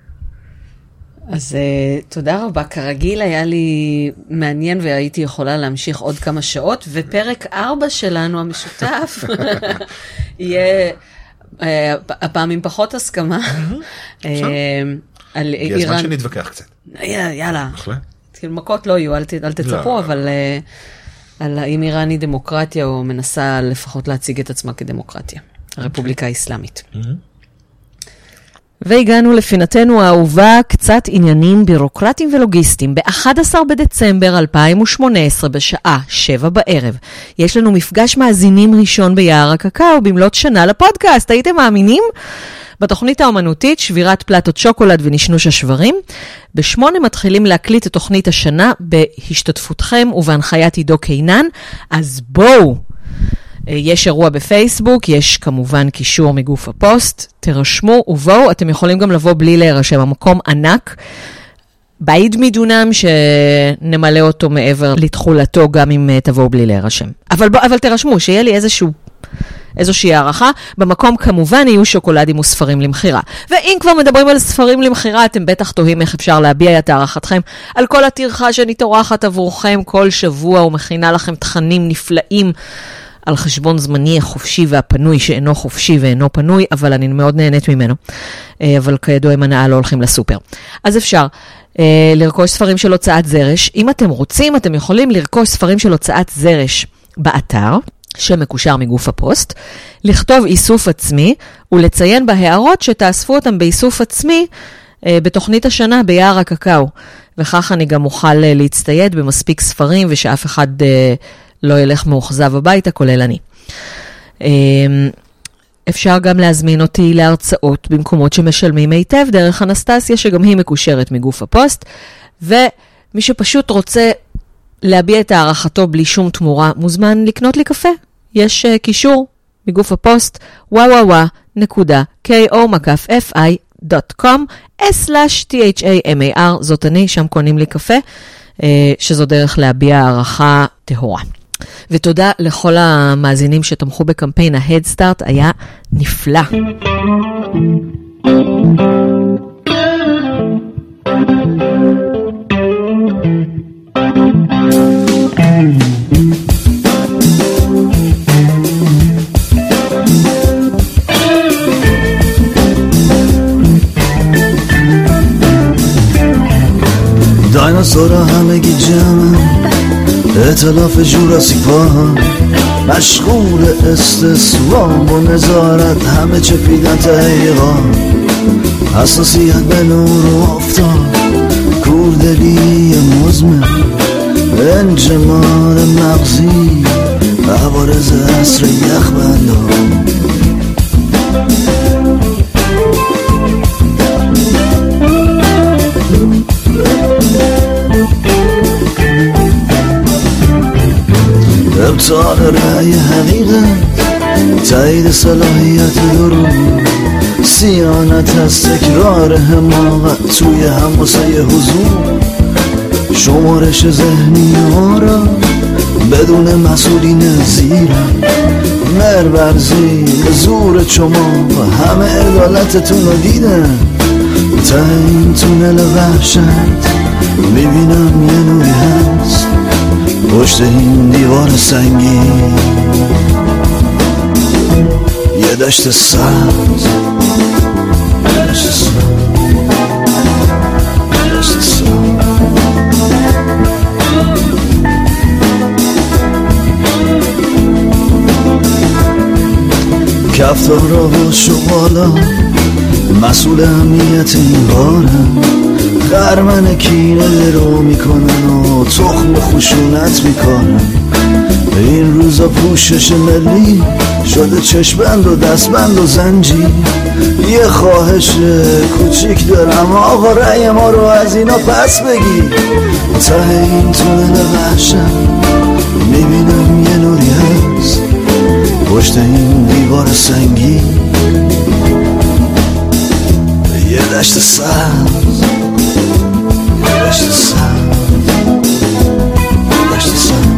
אז uh, תודה רבה, כרגיל היה לי מעניין והייתי יכולה להמשיך עוד כמה שעות, ופרק ארבע שלנו המשותף יהיה uh, הפעם עם פחות הסכמה. הגיע הזמן שנתווכח קצת. יאללה, מכות לא יהיו, אל תצפו, אבל אם איראן היא דמוקרטיה, או מנסה לפחות להציג את עצמה כדמוקרטיה, הרפובליקה האסלאמית. והגענו לפינתנו האהובה, קצת עניינים בירוקרטיים ולוגיסטיים. ב-אחד עשר בדצמבר אלפיים ושמונה עשרה בשעה שבע בערב, יש לנו מפגש מאזינים ראשון ביער הקקאו, במלאת שנה לפודקאסט, הייתם מאמינים? בתוכנית האומנותית, שבירת פלטות שוקולד ונשנוש השברים, בשמונה מתחילים להקליט את תוכנית השנה בהשתתפותכם ובהנחיית עידו קינן, אז בואו! יש אירוע בפייסבוק, יש כמובן קישור מגוף הפוסט, תרשמו ובואו, אתם יכולים גם לבוא בלי להירשם, המקום ענק, בעיד מדונם שנמלא אותו מעבר לתחולתו גם אם תבואו בלי להירשם. אבל, אבל תרשמו, שיהיה לי איזשהו, איזושהי הערכה, במקום כמובן יהיו שוקולדים וספרים למחירה. ואם כבר מדברים על ספרים למחירה, אתם בטח תוהים איך אפשר להביע את הערכתכם על כל הטרחה שאני טורחת עבורכם כל שבוע ומכינה לכם תכנים נפלאים, על חשבון זמני החופשי והפנוי, שאינו חופשי ואינו פנוי, אבל אני מאוד נהנית ממנו. אבל כידוע עם הנאה לא הולכים לסופר. אז אפשר לרכוש ספרים של הוצאת זרש. אם אתם רוצים, אתם יכולים לרכוש ספרים של הוצאת זרש באתר, שמקושר מגוף הפוסט, לכתוב איסוף עצמי, ולציין בהערות שתאספו אותם באיסוף עצמי, בתוכנית השנה ביער הקקאו. וכך אני גם אוכל להצטייד במספיק ספרים, ושאף אחד לא ילך מאוכזב הביתה, כולל אני. אפשר גם להזמין אותי להרצאות במקומות שמשלמים היטב, דרך אנסטסיה, שגם היא מקושרת מגוף הפוסט, ומי שפשוט רוצה להביע את הערכתו בלי שום תמורה, מוזמן לקנות לי קפה. יש uh, קישור מגוף הפוסט, וואו נקודה קו מקף אף איי דוט קום סלש טי אייץ' איי אם איי אר, זאת אני, שם קונים לי קפה, uh, שזו דרך להביע הערכה טהורה. ותודה לכל המאזינים שתמכו בקמפיין ה-Head Start, היה נפלא. Thank you. دایناسورا همگی جمع اطلاف جوراسیک پارک مشغول استسلام و نظارت همه چپیدن تحقیقات حساسیت به نور و آفتاب کوردلی مزمن انجماد مغزی عوارض عصر یخ بندام ابطال رأی حقیقت تایید صلاحیت درون سیانت از تکرار حماقت توی هموسه حضور شمارش ذهنی ها را بدون مسئولین زیرم مرورزی زور شما و همه عدالتتون رو دیدن تا این تونل وحشت میبینم یه نوری هست پشت این دیوار سنگین یه دشت سبز یه دشت سبز یه دشت سبز کفتار را با شمالا مسئول امنیت این بارم خرمن کینه رو میکنن و تخم خشونت میکنن این روزا پوشش ملی شده چشمند و دستبند و زنجیر یه خواهش کوچیک دارم آقا رأی ما رو از اینا پس بگیر تا این تونل وحشت میبینم یه نوری هست پشت این دیوار سنگی یه دشت سبز یه دشت سبز یه دشت سبز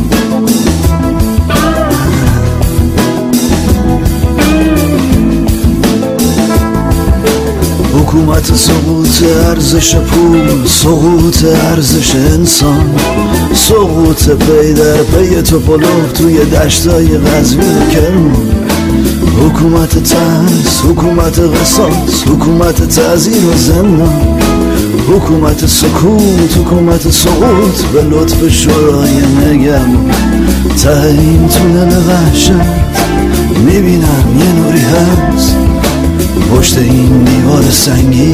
حکومت سقوط ارزش پول سقوط ارزش انسان سقوط پی در پی توپولوف توی دشتای قزوین و کرمان حکومت ترس حکومت قصاص حکومت تعذیر و زندان حکومت سکوت حکومت سقوط به لطف شورای نگم ته این تونل وحشت میبینم یه نوری هست پشت این دیوار سنگی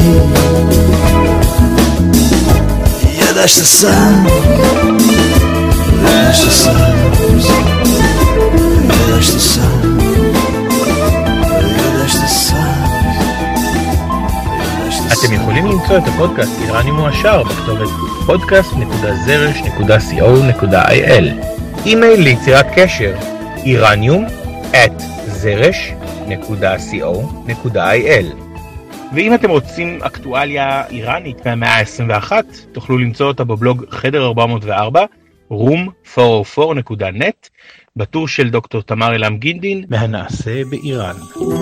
یه دشت سبز یه دشت سبز یه دشت سبز یه دشت سبز אתם יכולים למצוא את הפודקאסט איראני מועשר בכתובת פודקאסט נקודה זרש נקודה סי או נקודה איי אל. אימייל ליצירת קשר איראניום at זרש נקודה סי או נקודה איי אל. ואם אתם רוצים אקטואליה איראנית מהמאה ה-עשרים ואחת, תוכלו למצוא אותה בבלוג חדר ארבע מאות וארבע, רום ארבע מאות וארבע נקודה נט, בטור של דוקטור תמר אילם גינדין, מהנעשה באיראן.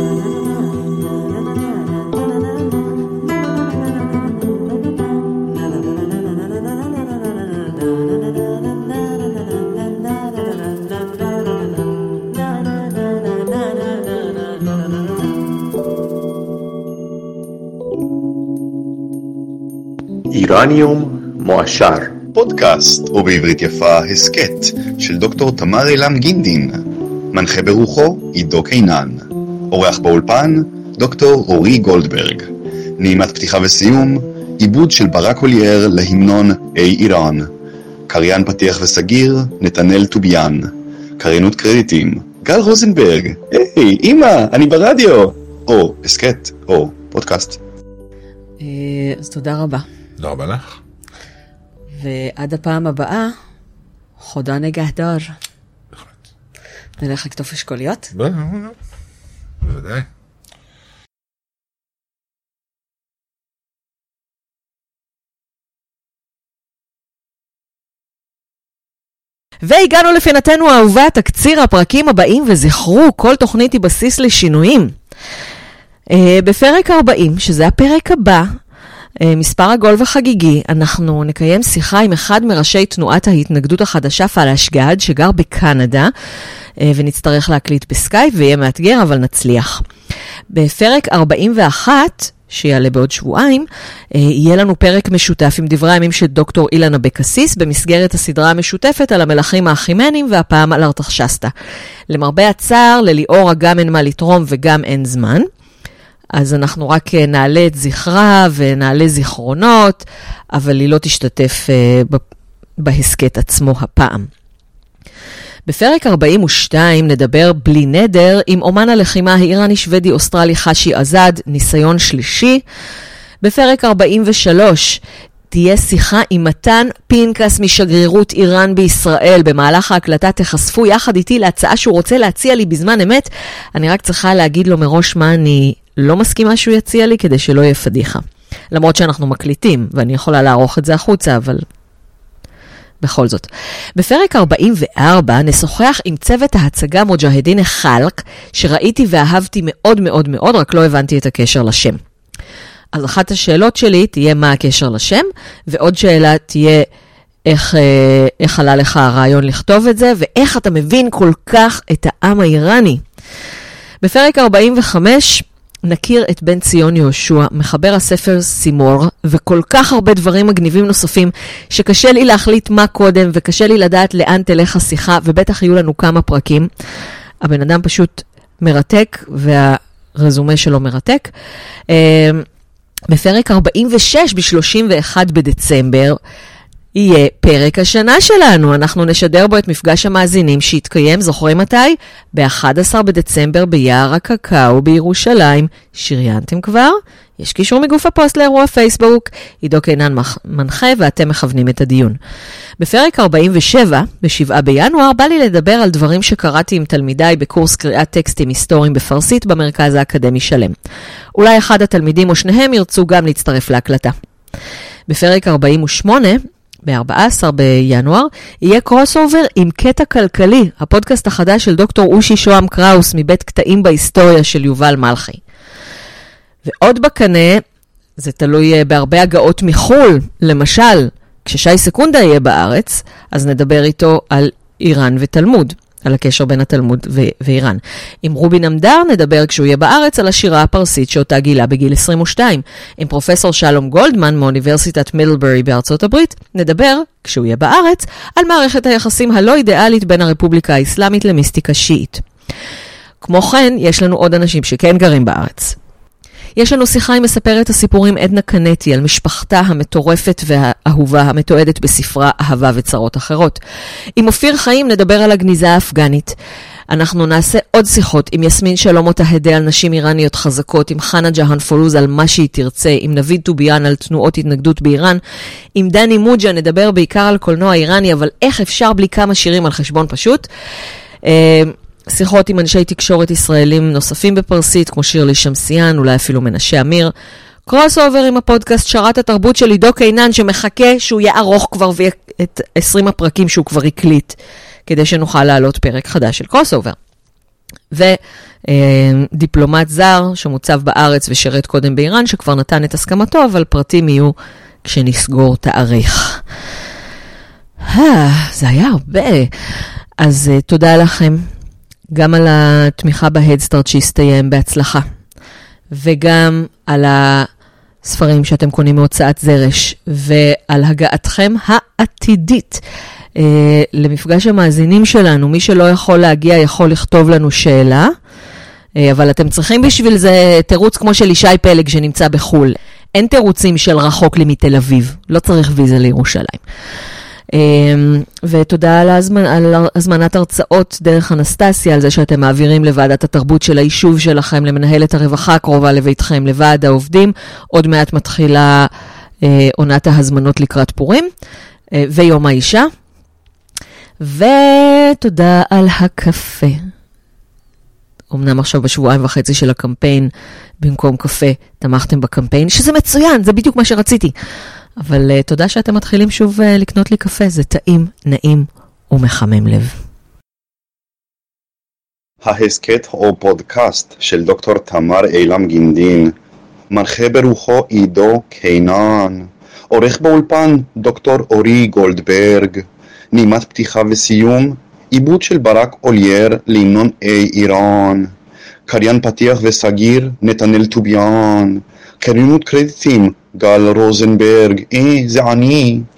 איראניום מועשר. פודקאסט, או בעברית יפה, הסקט, של דוקטור תמר אילם גינדין. מנחה ברוחו, עידו קינן. אורח באולפן, דוקטור אורי גולדברג. נעימת פתיחה וסיום, עיבוד של ברק אולייר להמנון אי איראן. קריין פתיח וסגיר, נתנאל טוביאן. קריינות קרדיטים, גל רוזנברג. היי, אמא, אני ברדיו. או הסקט, או פודקאסט. אז תודה רבה. תודה רבה לך. ועד הפעם הבאה, חודה נגהדר. נלך לכתוב אשכוליות? בוודאי. והגענו לפינתנו האהובה, תקציר הפרקים הבאים, וזכרו, כל תוכנית היא בסיס לשינויים. בפרק ארבעים, שזה הפרק הבא, מספר עגול וחגיגי, אנחנו נקיים שיחה עם אחד מראשי תנועת ההתנגדות החדשה פלאשגד, שגר בקנדה, ונצטרך להקליט בסקייפ, ויהיה מאתגר, אבל נצליח. בפרק ארבעים ואחת, שיעלה בעוד שבועיים, יהיה לנו פרק משותף עם דברי הימים של דוקטור אילן אבקסיס, במסגרת הסדרה המשותפת על המלכים האחימנים, והפעם על ארתחשסתא. למרבה הצער, לליאורה גם אין מה לתרום וגם אין זמן, אז אנחנו רק נעלה את זכרה ונעלה זיכרונות, אבל היא לא תשתתף בהסקט עצמו הפעם. בפרק ארבעים ושתיים נדבר בלי נדר עם אומן הלחימה האיראני שוודי אוסטרלי חשי עזד, ניסיון שלישי. בפרק ארבעים ושלוש תהיה שיחה עם מתן פינקס משגרירות איראן בישראל. במהלך ההקלטה תחשפו יחד איתי להצעה שהוא רוצה להציע לי בזמן אמת. אני רק צריכה להגיד לו מראש מה אני לא מסכימה שהוא יציע לי, כדי שלא יהיה פדיחה. למרות שאנחנו מקליטים, ואני יכולה לערוך את זה החוצה, אבל בכל זאת. בפרק ארבעים וארבע נשוחח עם צוות ההצגה מוג'הדין חלק, שראיתי ואהבתי מאוד מאוד מאוד, רק לא הבנתי את הקשר לשם. אז אחת השאלות שלי תהיה מה הקשר לשם, ועוד שאלה תהיה איך, איך עלה לך הרעיון לכתוב את זה, ואיך אתה מבין כל כך את העם האיראני. בפרק ארבעים וחמש נכיר את בן ציון יהושע, מחבר הספר סימור, וכל כך הרבה דברים מגניבים נוספים, שקשה לי להחליט מה קודם, וקשה לי לדעת לאן תלך השיחה, ובטח יהיו לנו כמה פרקים. הבן אדם פשוט מרתק, והרזומה שלו מרתק. בפרק ארבעים ושש, ב-שלושים ואחד בדצמבר, יהיה פרק השנה שלנו. אנחנו נשדר בו את מפגש המאזינים שהתקיים, זוכרים מתי? ב-אחד עשר בדצמבר ביער הקקאו בירושלים. שריינתם כבר? יש קישור מגוף הפוסט לאירוע פייסבוק. עידו קינן מנחה ואתם מכוונים את הדיון. בפרק ארבעים ושבע, ב-שבעה בינואר, בא לי לדבר על דברים שקראתי עם תלמידיי בקורס קריאת טקסטים היסטוריים בפרסית במרכז האקדמי שלם. אולי אחד התלמידים או שניהם ירצו גם להצטרף להקלטה. בפרק ארבעים ושמונה, ב-ארבעה עשר בינואר, יהיה קרוס אובר עם קטע כלכלי, הפודקאסט החדש של דוקטור אושי שוהם קראוס מבית קטעים בהיסטוריה של יובל מלכי. ועוד בקנה, זה תלוי בהרבה הגעות מחול, למשל, כששי סקונדה יהיה בארץ, אז נדבר איתו על איראן ותלמוד, על הקשר בין התלמוד ו- ואיראן. עם רובין עמדר נדבר כשהוא יהיה בארץ על השירה הפרסית שאותה גילה בגיל עשרים ושתיים. עם פרופסור שלום גולדמן מאוניברסיטת מידלברי בארצות הברית נדבר כשהוא יהיה בארץ על מערכת היחסים הלא אידיאלית בין הרפובליקה האסלאמית למיסטיקה שיעית. כמו כן, יש לנו עוד אנשים שכן גרים בארץ. יש לנו שיחה עם מספרת הסיפורים עדנה קנטי על משפחתה המטורפת והאהובה המתועדת בספרה אהבה וצרות אחרות. עם אופיר חיים נדבר על הגניזה האפגנית. אנחנו נעשה עוד שיחות עם יסמין שלום אותהדה על נשים איראניות חזקות, עם חנה ג'האן פולוז על מה שהיא תרצה, עם נביד טוביאן על תנועות התנגדות באיראן, עם דני מוג'ה נדבר בעיקר על קולנוע איראני, אבל איך אפשר בלי כמה שירים על חשבון פשוט. שיחות עם אנשי תקשורת ישראלים נוספים בפרסית, כמו שירלי שמסיאן, אולי אפילו מנשה אמיר. קרוס אובר עם הפודקאסט שרת התרבות של עידו קינן, שמחכה שהוא יהיה ארוך כבר ואת עשרים הפרקים שהוא כבר הקליט, כדי שנוכל לעלות פרק חדש של קרוס אובר. ודיפלומט זר שמוצב בארץ ושרת קודם באיראן, שכבר נתן את הסכמתו, אבל פרטים יהיו כשנסגור תאריך. זה היה הרבה. אז תודה לכם. גם על התמיכה בהדסטארט שהסתיים בהצלחה, וגם על הספרים שאתם קונים מהוצאת זרש, ועל הגעתכם העתידית אה, למפגש המאזינים שלנו. מי שלא יכול להגיע יכול לכתוב לנו שאלה, אה, אבל אתם צריכים בשביל זה תירוץ כמו של ישי פלג שנמצא בחול. אין תירוצים של רחוק לי מתל אביב, לא צריך ויזה לירושלים. ותודה על, הזמנ... על הזמנת הרצאות דרך אנסטסיה, על זה שאתם מעבירים לוועדת התרבות של היישוב שלכם, למנהלת הרווחה הקרובה לביתכם, לוועד העובדים. עוד מעט מתחילה אה, עונת ההזמנות לקראת פורים אה, ויום האישה. ותודה על הקפה. אמנם עכשיו בשבועיים וחצי של הקמפיין, במקום קפה, תמכתם בקמפיין, שזה מצוין, זה בדיוק מה שרציתי. אבל uh, תודה שאתם מתחילים שוב uh, לקנות לי קפה, זה טעים, נעים ומחמם לב. ההסקט או פודקאסט של דוקטור תמר אילם גינדין, מנחה ברוחו עידו קינן, עורך באולפן דוקטור אורי גולדברג, נימת פתיחה וסיום, עיבוד של ברק אולייר להמנון איי איראן, קריין פתיח וסגיר נתנאל טוביאן, קרינות קרדיטים, גל רוזנברג, אה, זה אני.